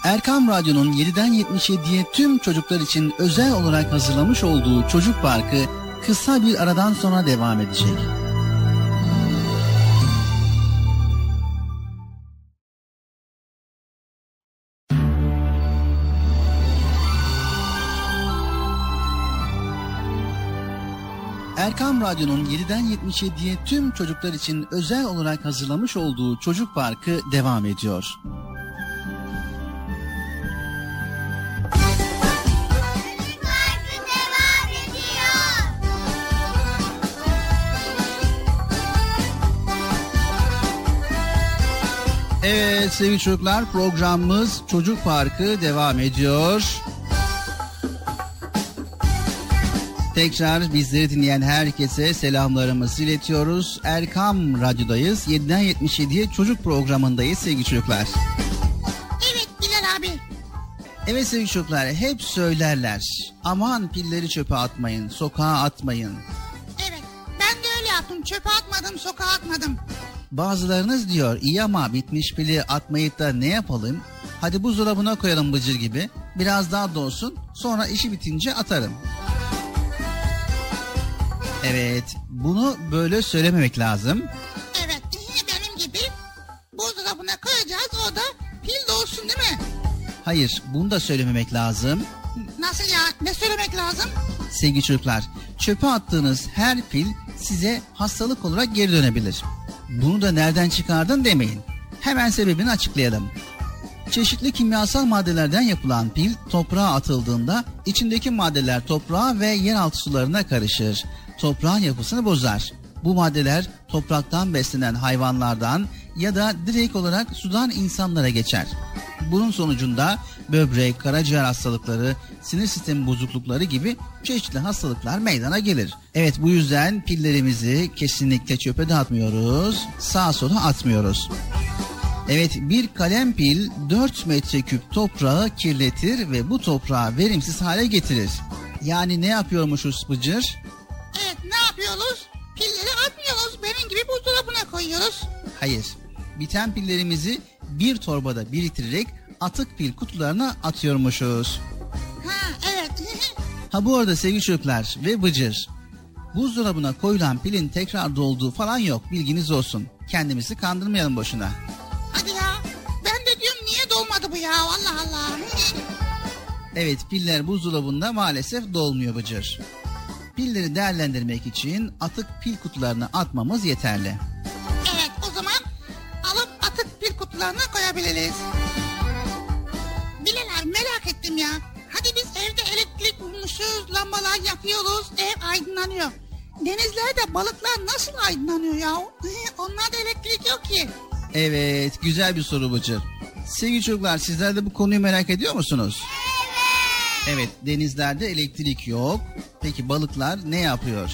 Erkam Radyo'nun 7'den 77'ye tüm çocuklar için özel olarak hazırlamış olduğu Çocuk Parkı kısa bir aradan sonra devam edecek. Erkam Radyo'nun 7'den 77'ye tüm çocuklar için özel olarak hazırlamış olduğu Çocuk Parkı devam ediyor. Evet sevgili çocuklar, programımız Çocuk Parkı devam ediyor. Tekrar bizleri dinleyen herkese selamlarımızı iletiyoruz. Erkam Radyo'dayız. 7'den 77'ye çocuk programındayız sevgili çocuklar. Evet Bilal abi. Evet sevgili çocuklar, hep söylerler. Aman pilleri çöpe atmayın, sokağa atmayın. Evet, ben de öyle yaptım. Çöpe atmadım, sokağa atmadım. Bazılarınız diyor, iyi ama bitmiş pili atmayıp da ne yapalım? Hadi buzdolabına koyalım bıcır gibi. Biraz daha dolsun, sonra işi bitince atarım. Evet, bunu böyle söylememek lazım. Evet, benim gibi buzdolabına koyacağız, o da pil dolsun değil mi? Hayır, bunu da söylememek lazım. Nasıl ya? Ne söylemek lazım? Sevgili çocuklar, çöpe attığınız her pil size hastalık olarak geri dönebilir. Bunu da nereden çıkardın demeyin. Hemen sebebini açıklayalım. Çeşitli kimyasal maddelerden yapılan pil toprağa atıldığında içindeki maddeler toprağa ve yeraltı sularına karışır. Toprağın yapısını bozar. Bu maddeler topraktan beslenen hayvanlardan ya da direkt olarak sudan insanlara geçer. Bunun sonucunda böbrek, karaciğer hastalıkları, sinir sistemi bozuklukları gibi çeşitli hastalıklar meydana gelir. Evet, bu yüzden pillerimizi kesinlikle çöpe de atmıyoruz, sağa sola atmıyoruz. Evet, bir kalem pil 4 metreküp toprağı kirletir ve bu toprağı verimsiz hale getirir. Yani ne yapıyormuşuz Bıcır? Evet, ne yapıyoruz? Pilleri atmıyoruz, benim gibi buzdolabına koyuyoruz. Hayır, biten pillerimizi bir torbada biriktirerek atık pil kutularına atıyormuşuz. Ha, evet. Ha bu arada sevgili çocuklar ve Bıcır, buzdolabına koyulan pilin tekrar dolduğu falan yok, bilginiz olsun. Kendimizi kandırmayalım boşuna. Hadi ya, ben de diyorum niye dolmadı bu ya, Allah Allah. Evet, piller buzdolabında maalesef dolmuyor Bıcır. Pilleri değerlendirmek için atık pil kutularına atmamız yeterli. Evet, o zaman alıp atık pil kutularına koyabiliriz. Bilal abi, merak ettim ya. Hadi biz evde elektrik bulmuşuz, lambalar yakıyoruz, ev aydınlanıyor. Denizlerde balıklar nasıl aydınlanıyor ya? Onlarda elektrik yok ki. Evet, güzel bir soru Bıcır. Sevgili çocuklar, sizler de bu konuyu merak ediyor musunuz? Evet, denizlerde elektrik yok. Peki balıklar ne yapıyor?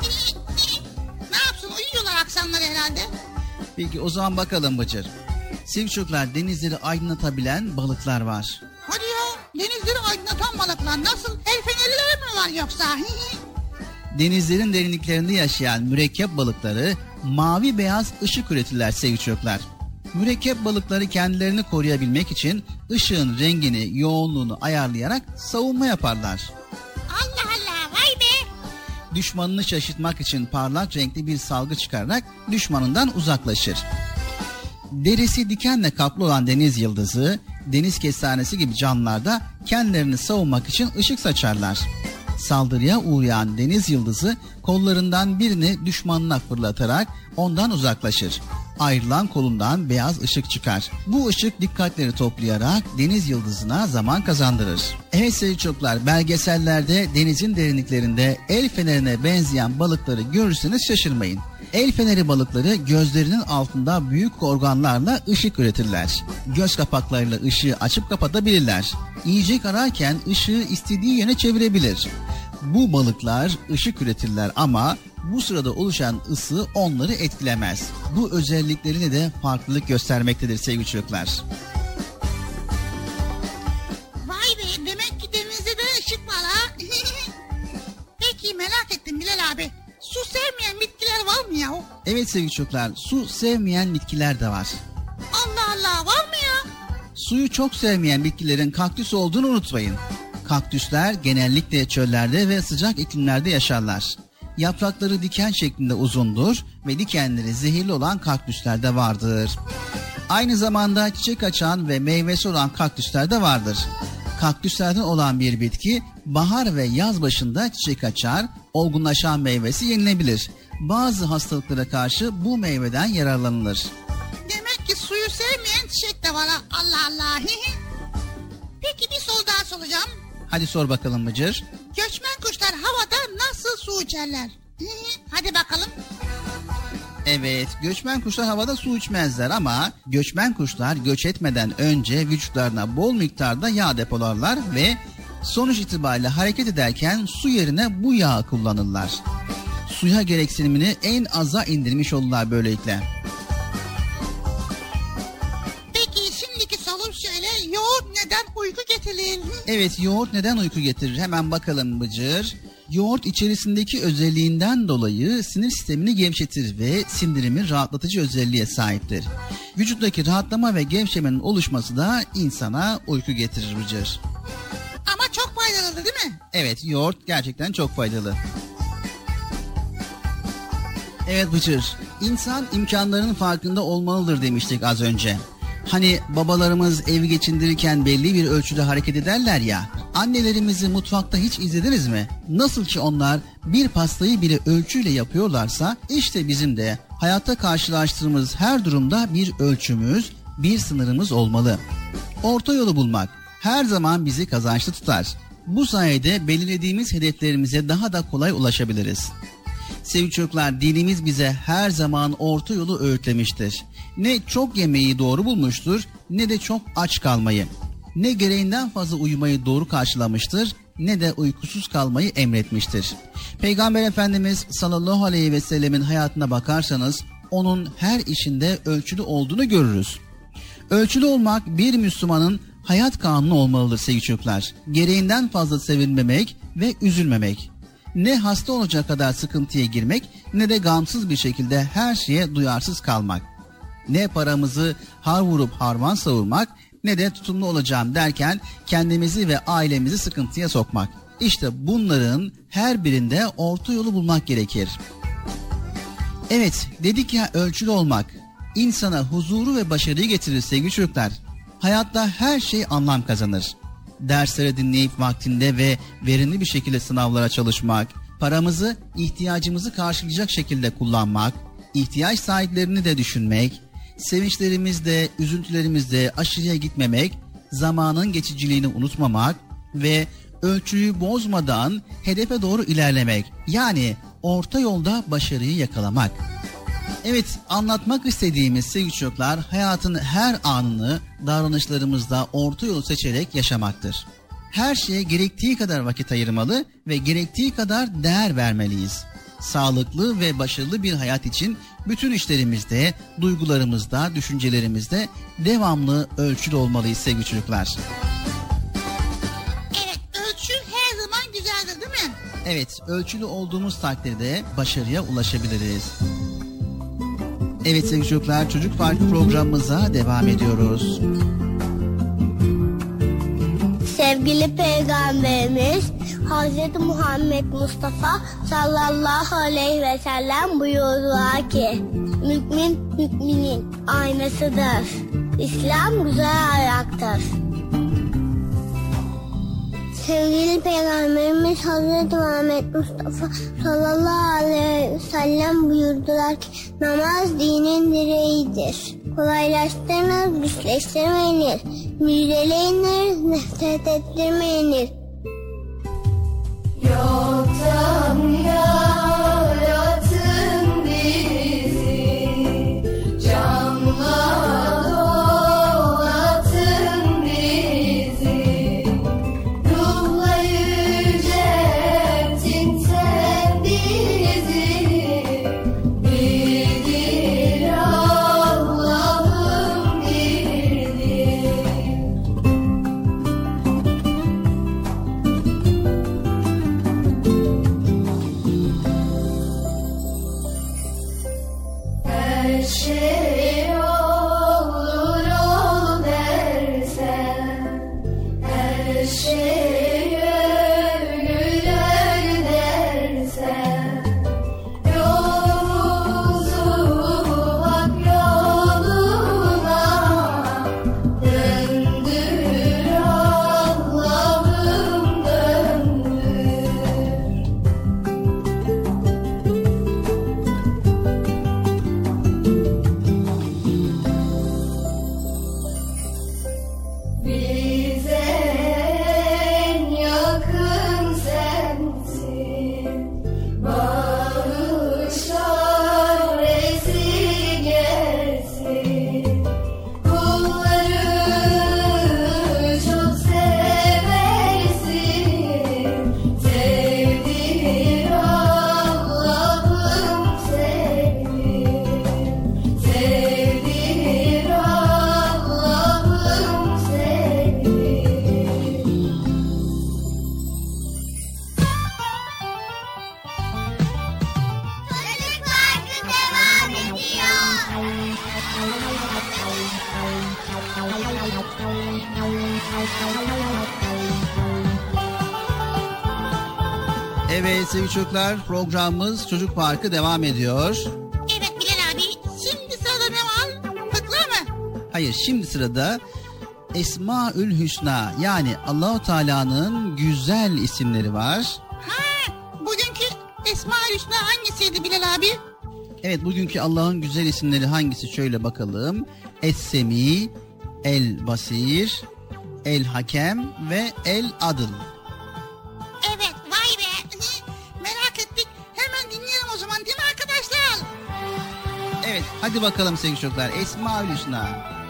Ne yapsın, uyuyorlar akşamları herhalde. Peki o zaman bakalım Bıcır. Sevgili çocuklar, denizleri aydınlatabilen balıklar var. Hadi ya, denizleri aydınlatan balıklar nasıl? El fenerleri mi var yoksa? Denizlerin derinliklerinde yaşayan mürekkep balıkları mavi beyaz ışık üretirler sevgili çocuklar. Mürekkep balıkları kendilerini koruyabilmek için ışığın rengini, yoğunluğunu ayarlayarak savunma yaparlar. Allah Allah, vay be! Düşmanını şaşırtmak için parlak renkli bir salgı çıkararak düşmanından uzaklaşır. Derisi dikenle kaplı olan deniz yıldızı, deniz kestanesi gibi canlılar da kendilerini savunmak için ışık saçarlar. Saldırıya uğrayan deniz yıldızı kollarından birini düşmanına fırlatarak ondan uzaklaşır. Ayrılan kolundan beyaz ışık çıkar. Bu ışık dikkatleri toplayarak deniz yıldızına zaman kazandırır. Evet sevgili çocuklar, belgesellerde denizin derinliklerinde el fenerine benzeyen balıkları görürseniz şaşırmayın. El feneri balıkları gözlerinin altında büyük organlarla ışık üretirler. Göz kapaklarıyla ışığı açıp kapatabilirler. Yiyecek ararken ışığı istediği yöne çevirebilir. Bu balıklar ışık üretirler ama bu sırada oluşan ısı onları etkilemez. Bu özelliklerini de farklılık göstermektedir sevgili çocuklar. Vay be, demek ki denizde de ışık var ha. Peki merak ettim Bilal abi. Su sevmeyen bitkiler var mı ya? Evet sevgili çocuklar, su sevmeyen bitkiler de var. Allah Allah, var mı ya? Suyu çok sevmeyen bitkilerin kaktüs olduğunu unutmayın. Kaktüsler genellikle çöllerde ve sıcak iklimlerde yaşarlar. Yaprakları diken şeklinde uzundur ve dikenleri zehirli olan kaktüsler de vardır. Aynı zamanda çiçek açan ve meyvesi olan kaktüsler de vardır. Kaktüslerden olan bir bitki bahar ve yaz başında çiçek açar, olgunlaşan meyvesi yenilebilir. Bazı hastalıklara karşı bu meyveden yararlanılır. Demek ki suyu sevmeyen çiçek de var ha. Allah Allah. Peki bir soru daha soracağım. Hadi sor bakalım Bıcır. Göçmen kuşlar havada nasıl su içerler? Hadi bakalım. Evet, göçmen kuşlar havada su içmezler ama göçmen kuşlar göç etmeden önce vücutlarına bol miktarda yağ depolarlar ve sonuç itibariyle hareket ederken su yerine bu yağı kullanırlar. Suya gereksinimini en aza indirmiş olurlar böylelikle. Peki şimdiki sorum şöyle, yoğurt neden uyku getirir? Evet, yoğurt neden uyku getirir? Hemen bakalım Bıcır. Yoğurt içerisindeki özelliğinden dolayı sinir sistemini gevşetir ve sindirimi rahatlatıcı özelliğe sahiptir. Vücuttaki rahatlama ve gevşemenin oluşması da insana uyku getirir Bıcır. Ama çok faydalı değil mi? Evet, yoğurt gerçekten çok faydalı. Evet Bıcır, insan imkanlarının farkında olmalıdır demiştik az önce. Hani babalarımız evi geçindirirken belli bir ölçüde hareket ederler ya. Annelerimizi mutfakta hiç izlediniz mi? Nasıl ki onlar bir pastayı bile ölçüyle yapıyorlarsa, işte bizim de hayatta karşılaştığımız her durumda bir ölçümüz, bir sınırımız olmalı. Orta yolu bulmak her zaman bizi kazançlı tutar. Bu sayede belirlediğimiz hedeflerimize daha da kolay ulaşabiliriz. Sevgili çocuklar, dinimiz bize her zaman orta yolu öğütlemiştir. Ne çok yemeği doğru bulmuştur, ne de çok aç kalmayı. Ne gereğinden fazla uyumayı doğru karşılamıştır, ne de uykusuz kalmayı emretmiştir. Peygamber Efendimiz sallallahu aleyhi ve sellemin hayatına bakarsanız, onun her işinde ölçülü olduğunu görürüz. Ölçülü olmak bir Müslümanın hayat kanunu olmalıdır sevgili çocuklar. Gereğinden fazla sevinmemek ve üzülmemek. Ne hasta olacak kadar sıkıntıya girmek, ne de gamsız bir şekilde her şeye duyarsız kalmak. Ne paramızı har vurup harman savurmak, ne de tutumlu olacağım derken kendimizi ve ailemizi sıkıntıya sokmak. İşte bunların her birinde orta yolu bulmak gerekir. Evet, dedik ya, ölçülü olmak insana huzuru ve başarıyı getirir sevgili çocuklar. Hayatta her şey anlam kazanır. Dersleri dinleyip vaktinde ve verimli bir şekilde sınavlara çalışmak, paramızı ihtiyacımızı karşılayacak şekilde kullanmak, ihtiyaç sahiplerini de düşünmek, sevinçlerimizde, üzüntülerimizde aşırıya gitmemek, zamanın geçiciliğini unutmamak ve ölçüyü bozmadan hedefe doğru ilerlemek, yani orta yolda başarıyı yakalamak. Evet, anlatmak istediğimiz sevgili çocuklar, hayatın her anını davranışlarımızda orta yolu seçerek yaşamaktır. Her şeye gerektiği kadar vakit ayırmalı ve gerektiği kadar değer vermeliyiz. Sağlıklı ve başarılı bir hayat için bütün işlerimizde, duygularımızda, düşüncelerimizde devamlı ölçülü olmalıyız sevgili çocuklar. Evet, ölçü her zaman güzeldir değil mi? Evet, ölçülü olduğumuz takdirde başarıya ulaşabiliriz. Evet sevgili çocuklar, Çocuk Parkı programımıza devam ediyoruz. Sevgili Peygamberimiz Hz. Muhammed Mustafa sallallahu aleyhi ve sellem buyurdular ki, mümin müminin aynasıdır. İslam güzel ayaktır. Sevgili Peygamberimiz Hz. Muhammed Mustafa sallallahu aleyhi ve sellem buyurdular ki, namaz dinin direğidir. Kolaylaştırınız, güçleştirmeyiniz. Müjdeleyiniz, nefret ettirmeyiniz. Yoktan yaratın bizi, canla dolatın bizi, ruhla yüceltin sen bizi, birdir Allah'ım birdir. Evet sevgili çocuklar, programımız Çocuk Parkı devam ediyor. Evet Bilal abi, şimdi sırada ne var? Fıkra mı? Hayır, şimdi sırada Esmaül Hüsna, yani Allahu Teala'nın güzel isimleri var. Ha, bugünkü Esma-ül Hüsna hangisiydi Bilal abi? Evet, bugünkü Allah'ın güzel isimleri hangisi, şöyle bakalım. Es-Semi, El-Basir, El-Hakem ve El-Adıl. Evet, vay be. Merak ettik. Hemen dinleyelim o zaman, değil mi arkadaşlar? Evet, hadi bakalım sevgili çocuklar, Esmaül Hüsna.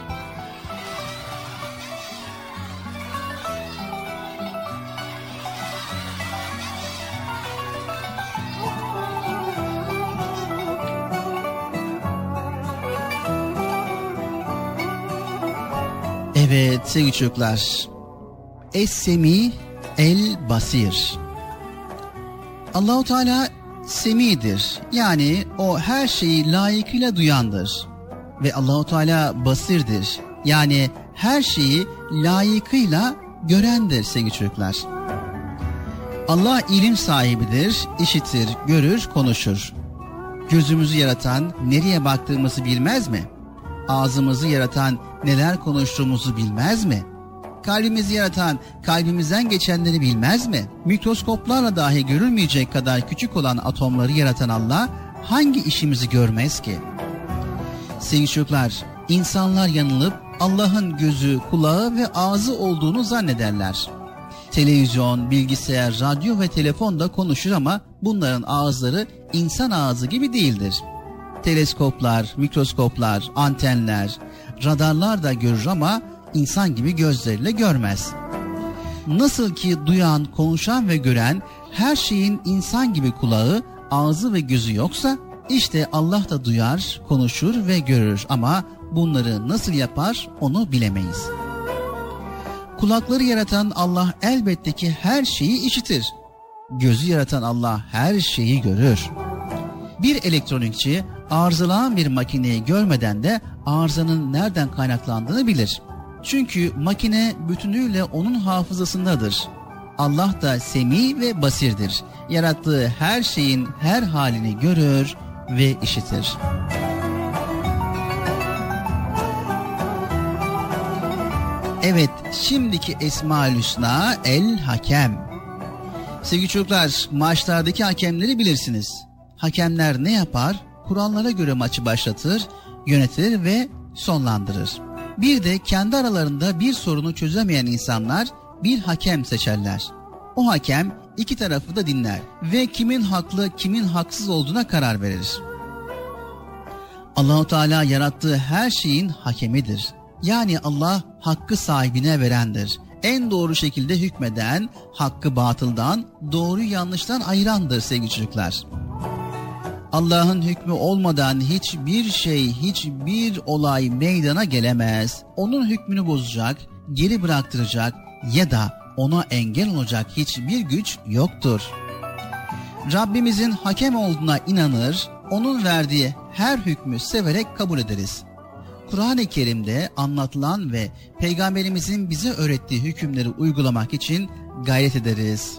Evet sevgili çocuklar, Es-Semi, El-Basir. Allahu Teala semidir, yani o her şeyi layıkıyla duyandır. Ve Allahu Teala basirdir, yani her şeyi layıkıyla görendir sevgili çocuklar. Allah ilim sahibidir, işitir, görür, konuşur. Gözümüzü yaratan nereye baktığımızı bilmez mi? Ağzımızı yaratan neler konuştuğumuzu bilmez mi? Kalbimizi yaratan kalbimizden geçenleri bilmez mi? Mikroskoplarla dahi görülmeyecek kadar küçük olan atomları yaratan Allah hangi işimizi görmez ki? Sevgili çocuklar, insanlar yanılıp Allah'ın gözü, kulağı ve ağzı olduğunu zannederler. Televizyon, bilgisayar, radyo ve telefon da konuşur ama bunların ağızları insan ağzı gibi değildir. Teleskoplar, mikroskoplar, antenler, radarlar da görür ama insan gibi gözleriyle görmez. Nasıl ki duyan, konuşan ve gören her şeyin insan gibi kulağı, ağzı ve gözü yoksa, işte Allah da duyar, konuşur ve görür ama bunları nasıl yapar onu bilemeyiz. Kulakları yaratan Allah elbette ki her şeyi işitir. Gözü yaratan Allah her şeyi görür. Bir elektronikçi arızalanan bir makineyi görmeden de arızanın nereden kaynaklandığını bilir. Çünkü makine bütünüyle onun hafızasındadır. Allah da semi ve basirdir. Yarattığı her şeyin her halini görür ve işitir. Evet, şimdiki Esmaül Hüsna El-Hakem. Sevgili çocuklar, maçlardaki hakemleri bilirsiniz. Hakemler ne yapar? Kurallara göre maçı başlatır, yönetir ve sonlandırır. Bir de kendi aralarında bir sorunu çözemeyen insanlar bir hakem seçerler. O hakem iki tarafı da dinler ve kimin haklı, kimin haksız olduğuna karar verir. Allah-u Teala yarattığı her şeyin hakemidir. Yani Allah hakkı sahibine verendir. En doğru şekilde hükmeden, hakkı batıldan, doğruyu yanlıştan ayırandır sevgili çocuklar. Allah'ın hükmü olmadan hiçbir şey, hiçbir olay meydana gelemez. Onun hükmünü bozacak, geri bıraktıracak ya da ona engel olacak hiçbir güç yoktur. Rabbimizin hakem olduğuna inanır, onun verdiği her hükmü severek kabul ederiz. Kur'an-ı Kerim'de anlatılan ve Peygamberimizin bize öğrettiği hükümleri uygulamak için gayret ederiz.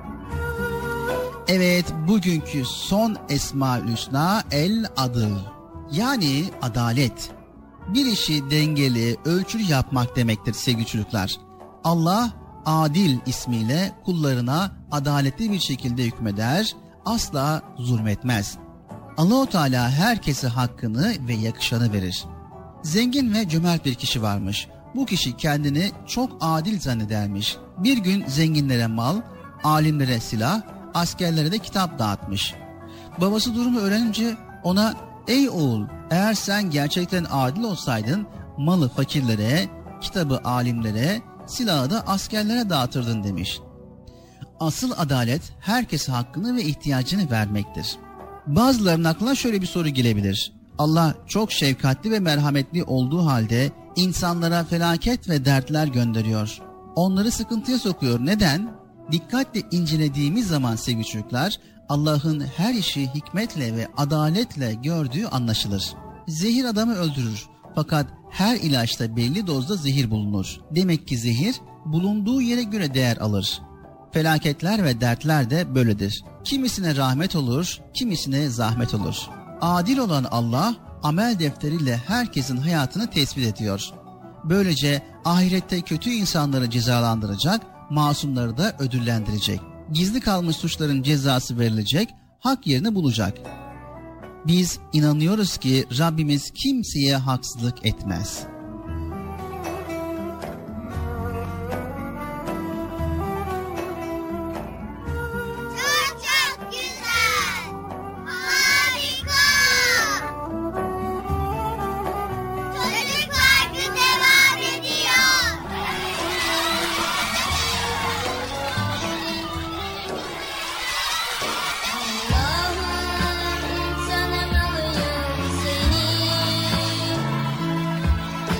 Evet, bugünkü son Esmaül Hüsna El-Adıl, yani adalet. Bir işi dengeli, ölçülü yapmak demektir sevgili çocuklar. Allah Adil ismiyle kullarına adaletli bir şekilde hükmeder, asla zulmetmez. Allah-u Teala herkese hakkını ve yakışanı verir. Zengin ve cömert bir kişi varmış. Bu kişi kendini çok adil zannedermiş. Bir gün zenginlere mal, alimlere silah, askerlere de kitap dağıtmış. Babası durumu öğrenince ona, "Ey oğul, eğer sen gerçekten adil olsaydın malı fakirlere, kitabı alimlere, silahı da askerlere dağıtırdın" demiş. Asıl adalet herkese hakkını ve ihtiyacını vermektir. Bazılarının aklına şöyle bir soru gelebilir. Allah çok şefkatli ve merhametli olduğu halde insanlara felaket ve dertler gönderiyor. Onları sıkıntıya sokuyor. Neden? Dikkatle incelediğimiz zaman sevgili çocuklar, Allah'ın her işi hikmetle ve adaletle gördüğü anlaşılır. Zehir adamı öldürür, Fakat her ilaçta belli dozda zehir bulunur. Demek ki zehir bulunduğu yere göre değer alır. Felaketler ve dertler de böyledir. Kimisine rahmet olur, kimisine zahmet olur. Adil olan Allah amel defteriyle herkesin hayatını tespit ediyor. Böylece ahirette kötü insanları cezalandıracak, masumları da ödüllendirecek. Gizli kalmış suçların cezası verilecek, hak yerini bulacak. Biz inanıyoruz ki Rabbimiz kimseye haksızlık etmez. Çok güzel. Harika. Çocuk Parkı devam ediyor. Allah'ım tanımalıyım seni.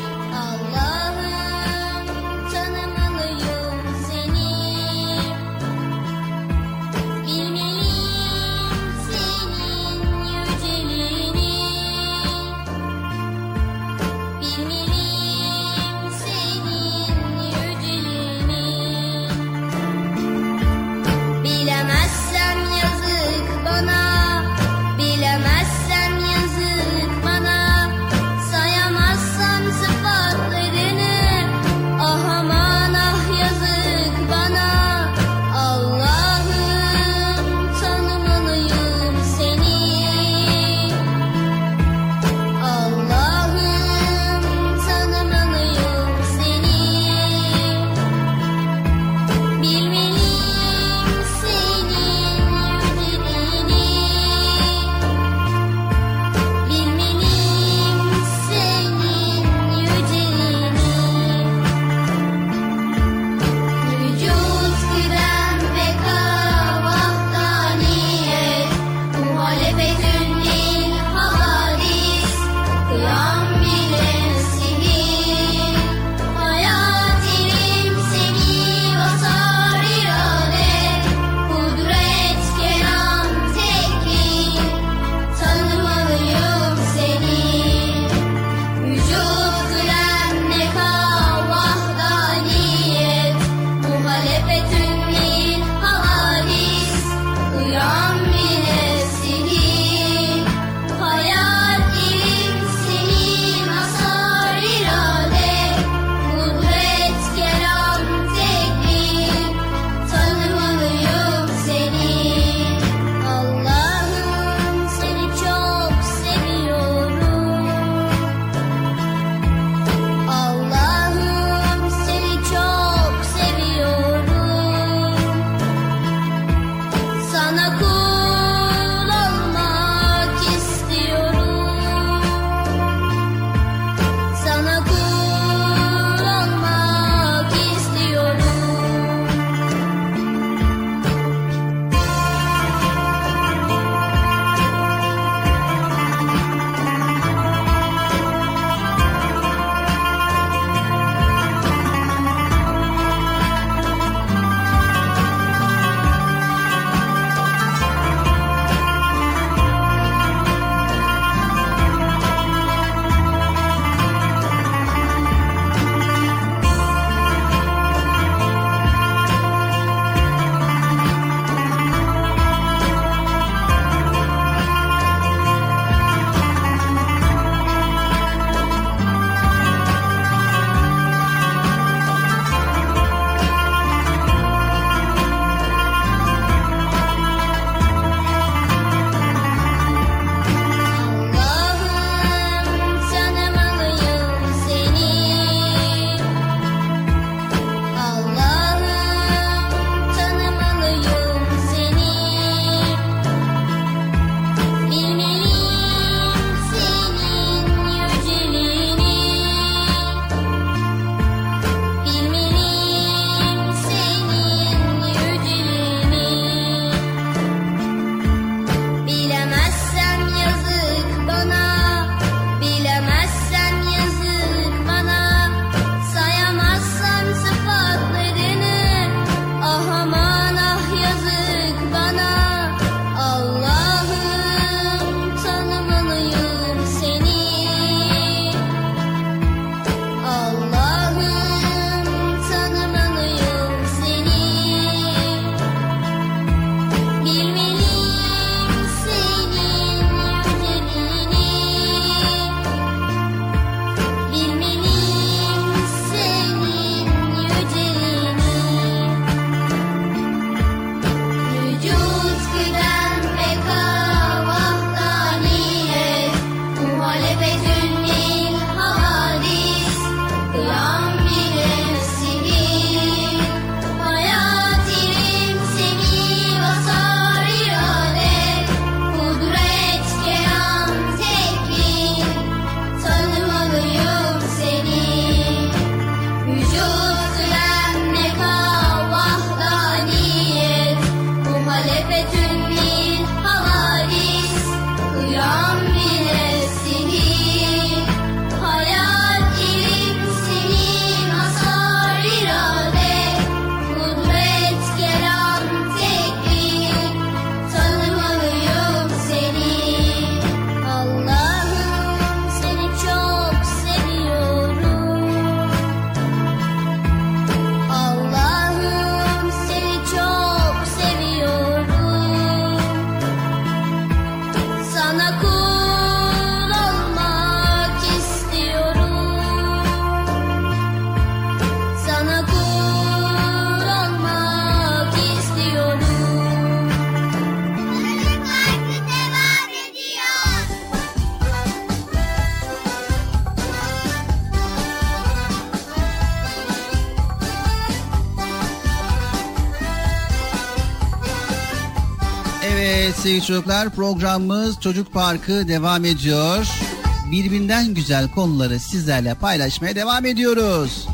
Evet sevgili çocuklar, programımız Çocuk Parkı devam ediyor. Birbirinden güzel konuları sizlerle paylaşmaya devam ediyoruz.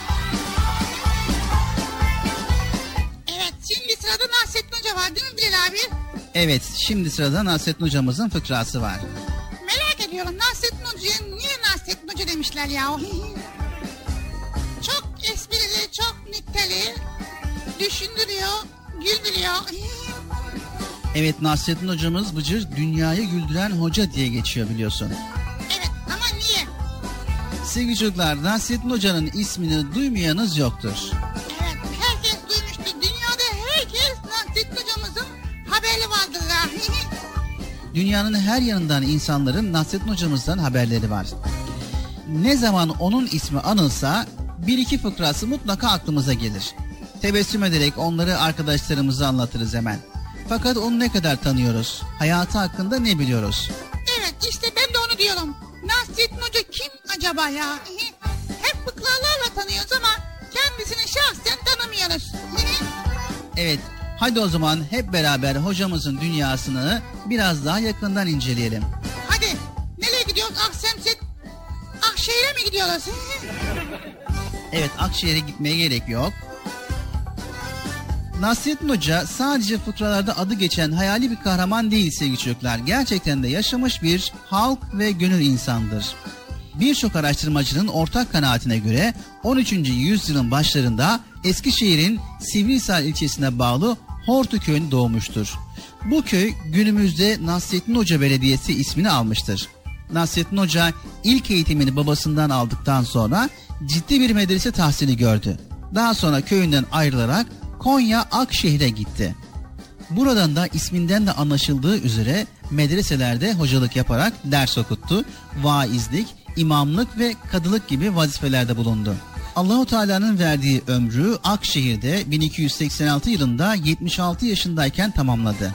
Evet, şimdi sırada Nasrettin Hoca var değil mi Bilal abi? Evet, şimdi sırada Nasrettin hocamızın fıkrası var. Merak ediyorum, Nasrettin Hoca'ya niye Nasrettin Hoca demişler ya? Çok esprili, çok nükteli, düşündürüyor, güldürüyor. Evet, Nasrettin hocamız Bıcır dünyayı güldüren hoca diye geçiyor biliyorsun. Evet, ama niye? Sevgili çocuklar, Nasrettin hocanın ismini duymayanız yoktur. Evet, herkes duymuştur. Dünyada herkes Nasrettin Hocamızın haberi vardır ya. Dünyanın her yanından insanların Nasrettin hocamızdan haberleri var. Ne zaman onun ismi anılsa bir iki fıkrası mutlaka aklımıza gelir. Tebessüm ederek onları arkadaşlarımıza anlatırız hemen. Fakat onu ne kadar tanıyoruz? Hayatı hakkında ne biliyoruz? Evet, işte ben de onu diyorum. Nasrettin Hoca kim acaba ya? Hep fıkralarla tanıyoruz ama kendisini şahsen tanımıyoruz. Evet, hadi o zaman hep beraber hocamızın dünyasını biraz daha yakından inceleyelim. Hadi, nereye gidiyoruz? Aksemset, Akşehir'e mi gidiyoruz? Evet, Akşehir'e gitmeye gerek yok. Nasrettin Hoca sadece fıkralarda adı geçen hayali bir kahraman değil sevgili çocuklar. Gerçekten de yaşamış bir halk ve gönül insandır. Birçok araştırmacının ortak kanaatine göre 13. yüzyılın başlarında Eskişehir'in Sivrihisar ilçesine bağlı Hortu köyünde doğmuştur. Bu köy günümüzde Nasrettin Hoca Belediyesi ismini almıştır. Nasrettin Hoca ilk eğitimini babasından aldıktan sonra ciddi bir medrese tahsili gördü. Daha sonra köyünden ayrılarak Konya Akşehir'e gitti. Buradan da isminden de anlaşıldığı üzere medreselerde hocalık yaparak ders okuttu. Vaizlik, imamlık ve kadılık gibi vazifelerde bulundu. Allahu Teala'nın verdiği ömrü Akşehir'de 1286 yılında 76 yaşındayken tamamladı.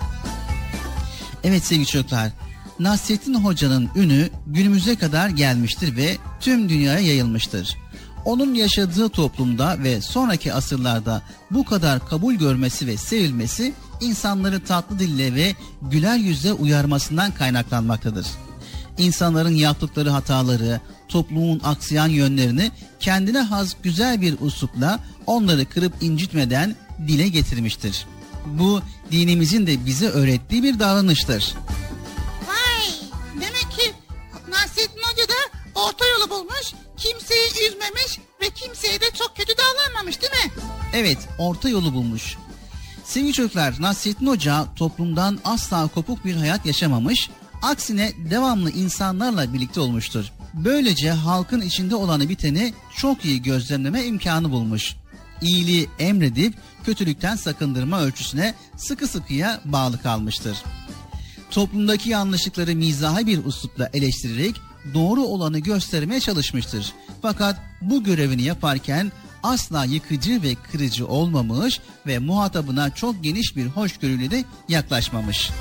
Evet sevgili çocuklar, Nasrettin Hoca'nın ünü günümüze kadar gelmiştir ve tüm dünyaya yayılmıştır. Onun yaşadığı toplumda ve sonraki asırlarda bu kadar kabul görmesi ve sevilmesi insanları tatlı dille ve güler yüzle uyarmasından kaynaklanmaktadır. İnsanların yaptıkları hataları, toplumun aksayan yönlerini kendine has güzel bir üslupla onları kırıp incitmeden dile getirmiştir. Bu dinimizin de bize öğrettiği bir davranıştır. Vay, demek ki Nasrettin Hoca da orta yolu bulmuş, kimseyi üzmemiş ve kimseye de çok kötü davranmamış değil mi? Evet, orta yolu bulmuş. Sevgili çocuklar, Nasrettin Hoca toplumdan asla kopuk bir hayat yaşamamış, aksine devamlı insanlarla birlikte olmuştur. Böylece halkın içinde olanı biteni çok iyi gözlemleme imkanı bulmuş. İyiliği emredip kötülükten sakındırma ölçüsüne sıkı sıkıya bağlı kalmıştır. Toplumdaki yanlışlıkları mizahi bir üslupla eleştirerek doğru olanı göstermeye çalışmıştır. Fakat bu görevini yaparken asla yıkıcı ve kırıcı olmamış ve muhatabına çok geniş bir hoşgörüyle de yaklaşmamış.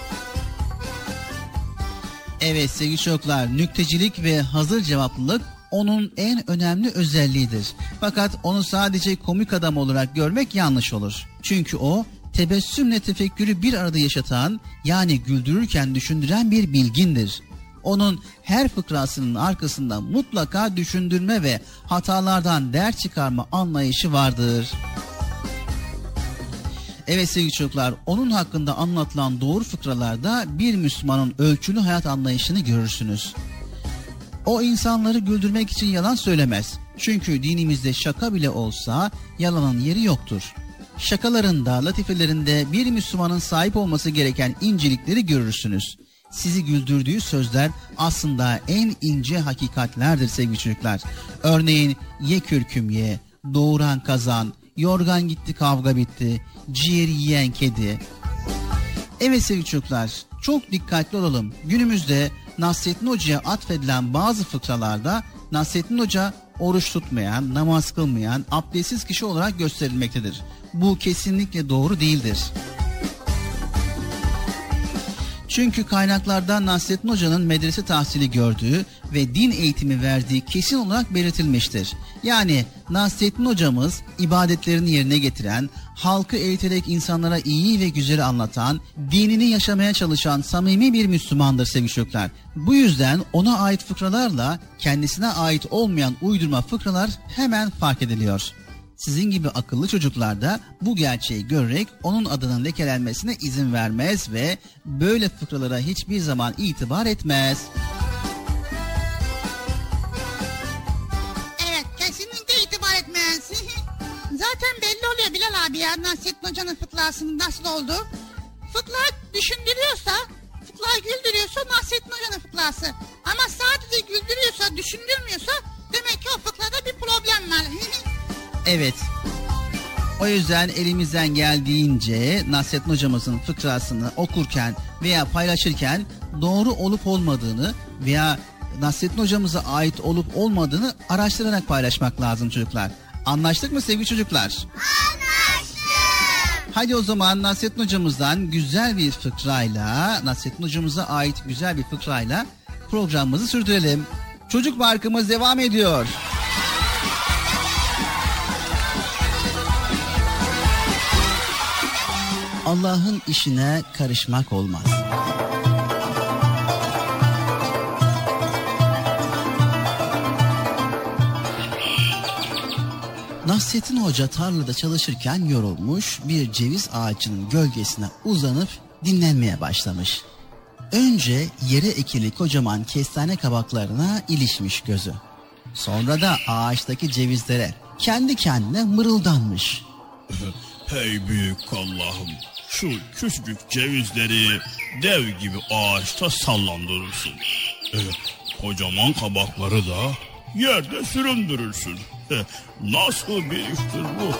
Evet sevgili çocuklar, nüktecilik ve hazır cevaplılık onun en önemli özelliğidir. Fakat onu sadece komik adam olarak görmek yanlış olur. Çünkü o tebessümle tefekkürü bir arada yaşatan, yani güldürürken düşündüren bir bilgindir. Onun her fıkrasının arkasında mutlaka düşündürme ve hatalardan ders çıkarma anlayışı vardır. Evet sevgili çocuklar, onun hakkında anlatılan doğru fıkralarda bir Müslümanın ölçülü hayat anlayışını görürsünüz. O insanları güldürmek için yalan söylemez. Çünkü dinimizde şaka bile olsa yalanın yeri yoktur. Şakalarında, latifelerinde bir Müslümanın sahip olması gereken incelikleri görürsünüz. Sizi güldürdüğü sözler aslında en ince hakikatlerdir sevgili çocuklar. Örneğin ye kürküm ye, doğuran kazan, yorgan gitti kavga bitti, ciğeri yiyen kedi. Evet sevgili çocuklar, çok dikkatli olalım. Günümüzde Nasrettin Hoca'ya atfedilen bazı fıkralarda Nasrettin Hoca oruç tutmayan, namaz kılmayan, abdestsiz kişi olarak gösterilmektedir. Bu kesinlikle doğru değildir. Çünkü kaynaklarda Nasrettin Hoca'nın medrese tahsili gördüğü ve din eğitimi verdiği kesin olarak belirtilmiştir. Yani Nasrettin hocamız ibadetlerini yerine getiren, halkı eğiterek insanlara iyi ve güzeli anlatan, dinini yaşamaya çalışan samimi bir Müslümandır sevgili çocuklar. Bu yüzden ona ait fıkralarla kendisine ait olmayan uydurma fıkralar hemen fark ediliyor. Sizin gibi akıllı çocuklar da bu gerçeği görerek onun adının lekelenmesine izin vermez ve böyle fıkralara hiçbir zaman itibar etmez. Evet, kesinlikle itibar etmez. Zaten belli oluyor Bilal abi ya, Nasrettin Hoca'nın fıkrasının nasıl olduğu. Fıkra düşündürüyorsa, fıkra güldürüyorsa Nasrettin Hoca'nın fıkrası. Ama sadece güldürüyorsa, düşündürmüyorsa demek ki o fıkrada bir problem var. Evet. O yüzden elimizden geldiğince Nasrettin hocamızın fıkrasını okurken veya paylaşırken doğru olup olmadığını veya Nasrettin hocamıza ait olup olmadığını araştırarak paylaşmak lazım çocuklar. Anlaştık mı sevgili çocuklar? Anlaştık. Hadi o zaman Nasrettin hocamızdan güzel bir fıkrayla, Nasrettin hocamıza ait güzel bir fıkrayla programımızı sürdürelim. Çocuk Parkımız devam ediyor. Allah'ın işine karışmak olmaz. Nasrettin Hoca tarlada çalışırken yorulmuş, bir ceviz ağacının gölgesine uzanıp dinlenmeye başlamış. Önce yere ekili kocaman kestane kabaklarına ilişmiş gözü. Sonra da ağaçtaki cevizlere kendi kendine mırıldanmış. Hey büyük Allah'ım, şu küçücük cevizleri dev gibi ağaçta sallandırırsın. Kocaman kabakları da yerde süründürürsün. Nasıl bir iştir bu?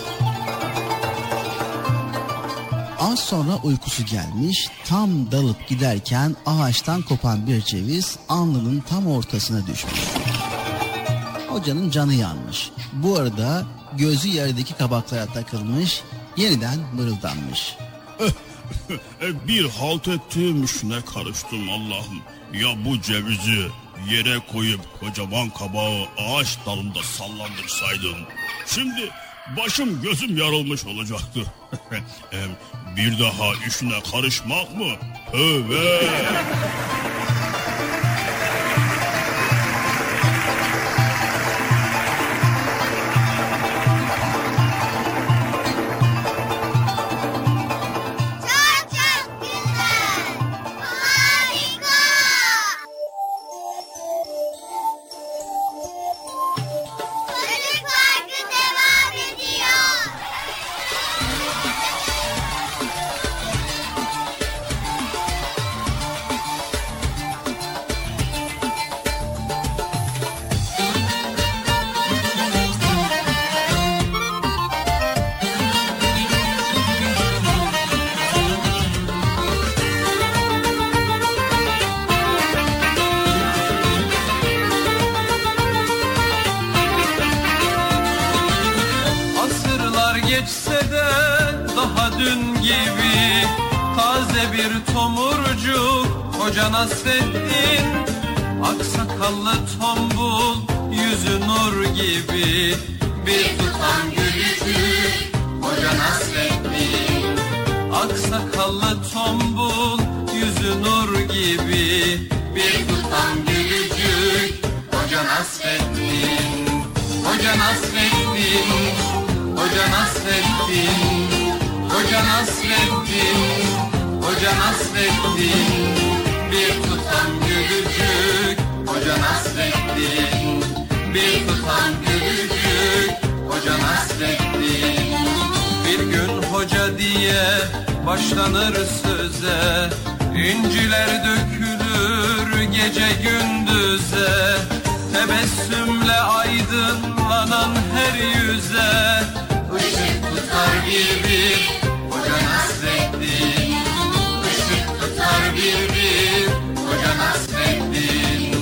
Az sonra uykusu gelmiş, tam dalıp giderken ağaçtan kopan bir ceviz alnının tam ortasına düşmüş. Hocanın canı yanmış. Bu arada gözü yerdeki kabaklara takılmış, yeniden mırıldanmış. Bir halt ettiğim işine karıştım Allah'ım. Ya bu cevizi yere koyup kocaman kabağı ağaç dalında sallandırsaydın, şimdi başım gözüm yarılmış olacaktı. Bir daha işine karışmak mı? Tövbe! Hoca Nasrettin, aksakallı tombul, yüzü nur gibi, bir tutam gülücük Hoca Nasrettin. Aksakallı tombul, yüzü nur gibi, bir tutam gülücük Hoca Nasrettin. Hoca Nasrettin, Hoca Nasrettin, Hoca Nasrettin, Hoca Nasrettin. Bir tutam gülücük Hoca Nasrettin, bir tutam gülücük Hoca Nasrettin. Bir gün hoca diye başlanır söze, inciler dökülür gece gündüze, tebessümle aydınlanan her yüze ışık tutar bir Hoca Nasrettin. Işık tutar bir Hoca Nasrettin.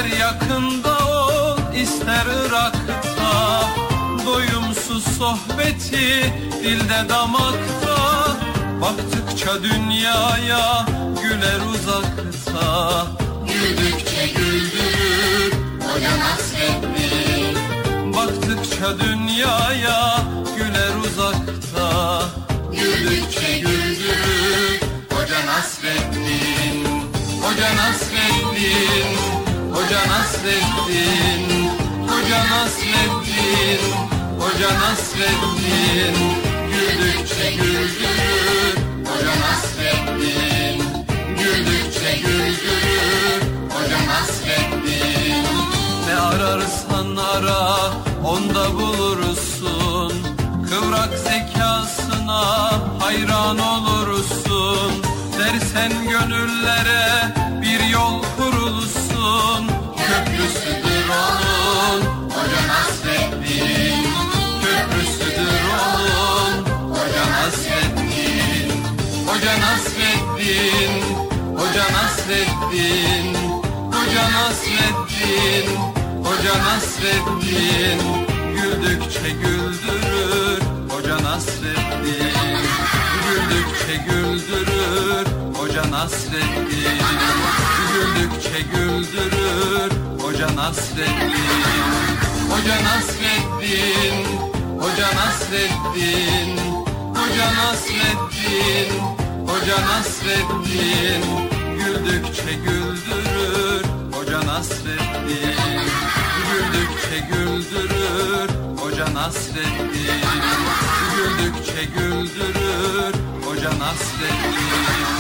yakında ol ister Irak'ta, doyumsuz sohbeti dilde damakta, baktıkça dünyaya güler uzakta. Güldükçe güldürür Hoca Nasreddin, baktıkça dünyaya güler uzakta. Güldükçe güldürür Hoca Nasreddin, Hoca Nasreddin, Hoca Nasreddin, Hoca Nasreddin, Hoca Nasreddin. Güldükçe güldürür Hoca Nasreddin, güldükçe güldürür Hoca Nasreddin. Ne ararsan ara onda bulursun, kıvrak zekasına hayran olursun. Dersen gönüllere bir yol kurulsun, köprüsüdür onun Hoca Nasreddin, köprüsüdür onun Hoca Nasreddin. Hoca Nasreddin, Hoca Nasreddin, Hoca Nasreddin, Hoca Nasreddin. Güldükçe güldürür Hoca Nasreddin, güldükçe güldürür Hoca Nasreddin, güldükçe güldürür Hoca Nasreddin. Hoca Nasreddin, Hoca Nasreddin, Hoca Nasreddin, Hoca Nasreddin. Güldükçe güldürür Hoca Nasreddin, güldükçe güldürür Hoca Nasreddin, güldükçe güldürür Hoca Nasreddin.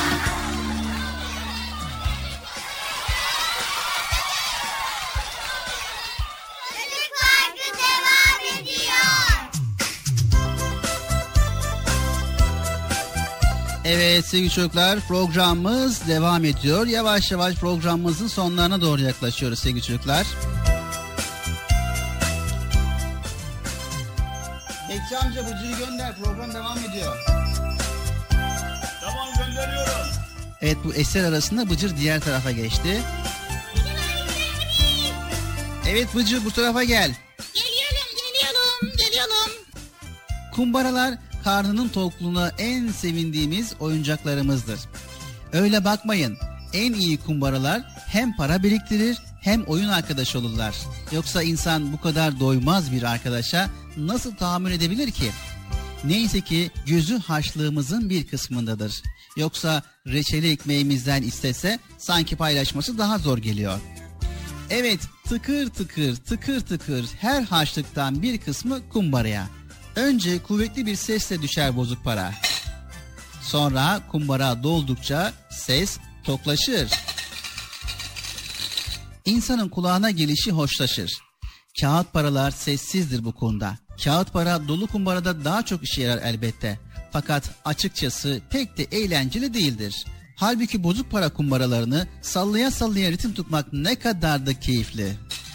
Evet sevgili çocuklar, programımız devam ediyor. Yavaş yavaş programımızın sonlarına doğru yaklaşıyoruz sevgili çocuklar. Bekçi amca Bıcır'ı gönder, program devam ediyor. Tamam, gönderiyorum. Evet, bu eser arasında Bıcır diğer tarafa geçti. Evet Bıcır, bu tarafa gel. Geliyorum. Kumbaralar karnının tokluğuna en sevindiğimiz oyuncaklarımızdır. Öyle bakmayın, en iyi kumbaralar hem para biriktirir hem oyun arkadaşı olurlar. Yoksa insan bu kadar doymaz bir arkadaşa nasıl tahammül edebilir ki? Neyse ki gözü harçlığımızın bir kısmındadır. Yoksa reçeli ekmeğimizden istese sanki paylaşması daha zor geliyor. Evet, tıkır tıkır her harçlıktan bir kısmı kumbaraya. Önce kuvvetli bir sesle düşer bozuk para. Sonra kumbara doldukça ses toklaşır. İnsanın kulağına gelişi hoşlaşır. Kağıt paralar sessizdir bu konuda. Kağıt para dolu kumbarada daha çok işe yarar elbette. Fakat açıkçası pek de eğlenceli değildir. Halbuki bozuk para kumbaralarını sallaya sallaya ritim tutmak ne kadar da keyifli.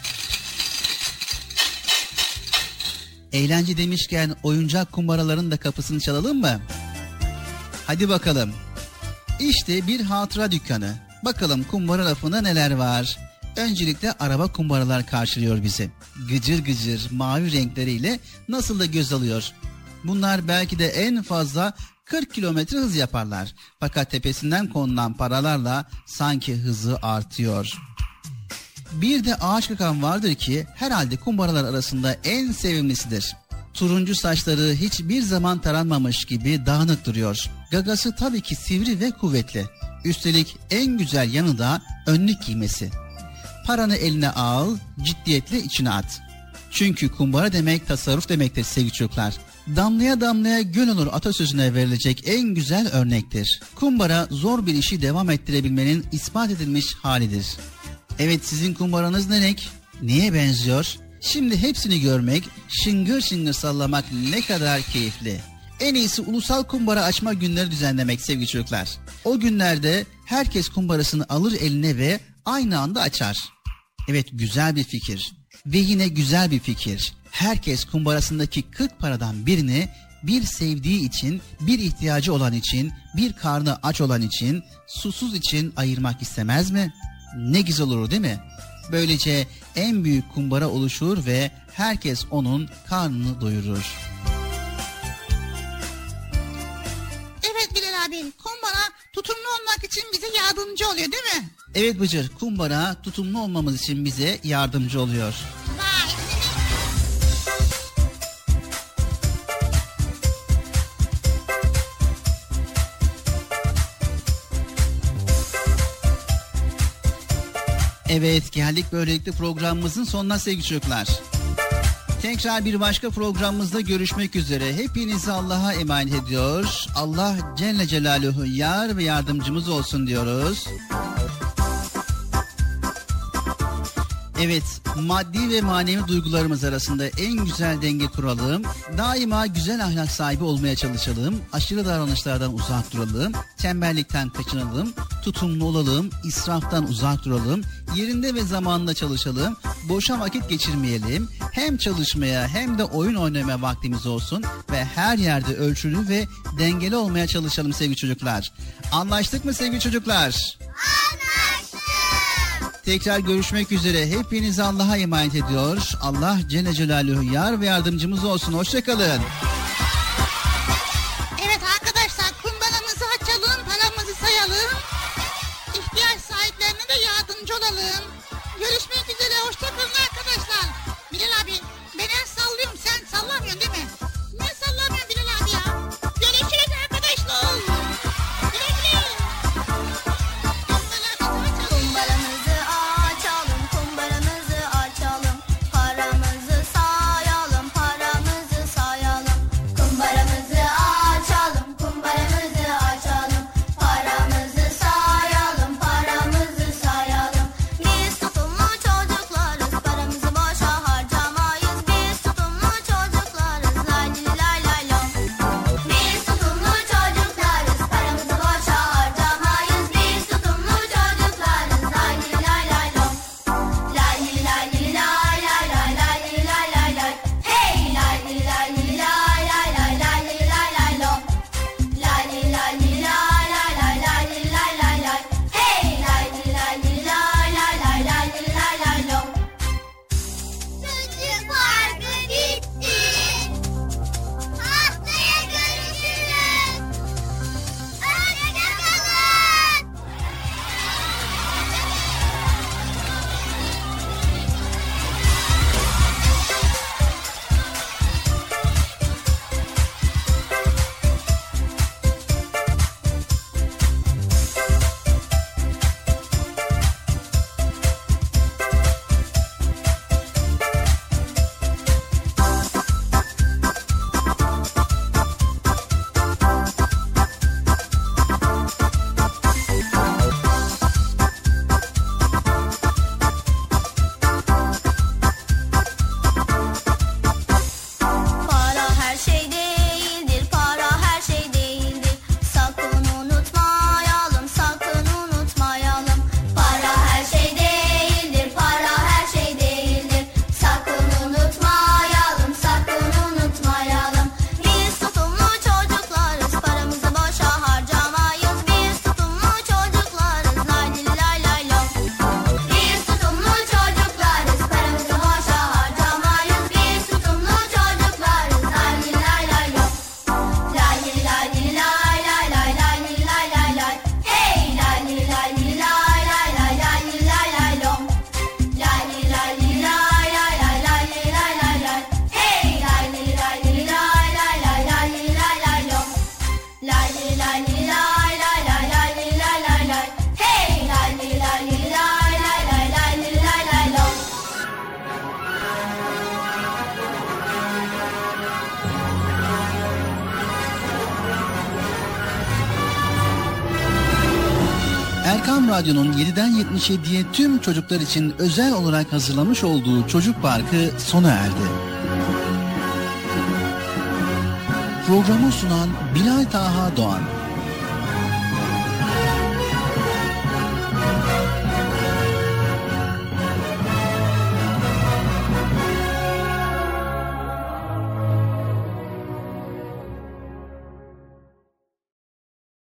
Eğlence demişken oyuncak kumbaraların da kapısını çalalım mı? Hadi bakalım. İşte bir hatıra dükkanı. Bakalım kumbara rafında neler var? Öncelikle araba kumbaralar karşılıyor bizi. Gıcır gıcır mavi renkleriyle nasıl da göz alıyor. Bunlar belki de en fazla 40 kilometre hız yaparlar. Fakat tepesinden konulan paralarla sanki hızı artıyor. Bir de ağaç kakan vardır ki herhalde kumbaralar arasında en sevimlisidir. Turuncu saçları hiçbir zaman taranmamış gibi dağınık duruyor. Gagası tabii ki sivri ve kuvvetli. Üstelik en güzel yanı da önlük giymesi. Paranı eline al, ciddiyetle içine at. Çünkü kumbara demek tasarruf demektir sevgili çocuklar. Damlaya damlaya göl olur atasözüne verilecek en güzel örnektir. Kumbara zor bir işi devam ettirebilmenin ispat edilmiş halidir. Evet, sizin kumbaranız ne renk? Neye benziyor? Şimdi hepsini görmek, şıngır şıngır sallamak ne kadar keyifli. En iyisi ulusal kumbara açma günleri düzenlemek sevgili çocuklar. O günlerde herkes kumbarasını alır eline ve aynı anda açar. Evet, güzel bir fikir. Ve yine güzel bir fikir. Herkes kumbarasındaki 40 paradan birini bir sevdiği için, bir ihtiyacı olan için, bir karnı aç olan için, susuz için ayırmak istemez mi? Ne güzel olur değil mi? Böylece en büyük kumbara oluşur ve herkes onun karnını doyurur. Evet Bilal abi, kumbara tutumlu olmak için bize yardımcı oluyor değil mi? Evet Bıcır, kumbara tutumlu olmamız için bize yardımcı oluyor. Vay. Evet, geldik böylelikle programımızın sonuna sevgili çocuklar. Tekrar bir başka programımızda görüşmek üzere. Hepinizi Allah'a emanet ediyor. Allah Celle Celaluhu yar ve yardımcımız olsun diyoruz. Evet, maddi ve manevi duygularımız arasında en güzel denge kuralım. Daima güzel ahlak sahibi olmaya çalışalım. Aşırı davranışlardan uzak duralım. Tembellikten kaçınalım. Tutumlu olalım. İsraftan uzak duralım. Yerinde ve zamanında çalışalım. Boşa vakit geçirmeyelim. Hem çalışmaya hem de oyun oynamaya vaktimiz olsun. Ve her yerde ölçülü ve dengeli olmaya çalışalım sevgili çocuklar. Anlaştık mı sevgili çocuklar? Tekrar görüşmek üzere. Hepinizi Allah'a emanet ediyor. Allah Celle Celaluhu yar ve yardımcımız olsun. Hoşçakalın. Evet arkadaşlar, kumbaramızı açalım, paramızı sayalım. İhtiyaç sahiplerine de yardımcı olalım. Görüşmek üzere, hoşçakalın arkadaşlar. Bilal abi, ben el sallıyorum, sen sallamıyorsun değil mi? Ne sallamıyorsun Bilal abi ya? Görüşürüz arkadaşlar. Güle güle. Kumbaramızı açalım, kumbaramızı açalım. Paramızı sayalım, paramızı sayalım. Kumbaramızı açalım, kumbaramızı açalım. Paramızı sayalım, paramızı sayalım. Biz tutumlu çocuklarız, paramızı boşa harcamayız. Biz tutumlu çocuklarız, lay lay lay lom. Biz tutumlu çocuklarız, paramızı boşa harcamayız. Biz tutumlu çocuklarız, lay lay lay lom. Lay lay lay lay lay lay lay lay lay. Hey lay lay lay lay lay lay lay lay lom. Lay lay lay lay lay lay lay lay. Hey lay lay lay lay lay lay lom. Çocuk parkı bitti. Haftaya görüşürüz. Hoşça kalın. Para her şey değildir, para her şey değildir. Sakın unutmayalım, sakın unutmayalım. Para her şey değildir, para her şey değildir. Sakın unutmayalım, sakın unutmayalım. Biz tutumlu çocuklarız, paramızı boşa harcamayız. Biz tutumlu çocuklarız, lay lay lay lom. Biz tutumlu çocuklarız, paramızı boşa harcamayız. Biz tutumlu çocuklarız, lay lay lay lom. Lay lay lay lay lay lay lay lay. Hey lay lay lay lay lay lay lay lom. Lay lay lay lay lay lay lay. Hey lay lay lay lay lay lom. Lay lay lay lay lay. Hey lay lay lay lay lom. Erkam Radyo'nun 7'den 77'ye tüm çocuklar için özel olarak hazırlamış olduğu Çocuk Parkı sona erdi. Programı sunan Bilal Taha Doğan.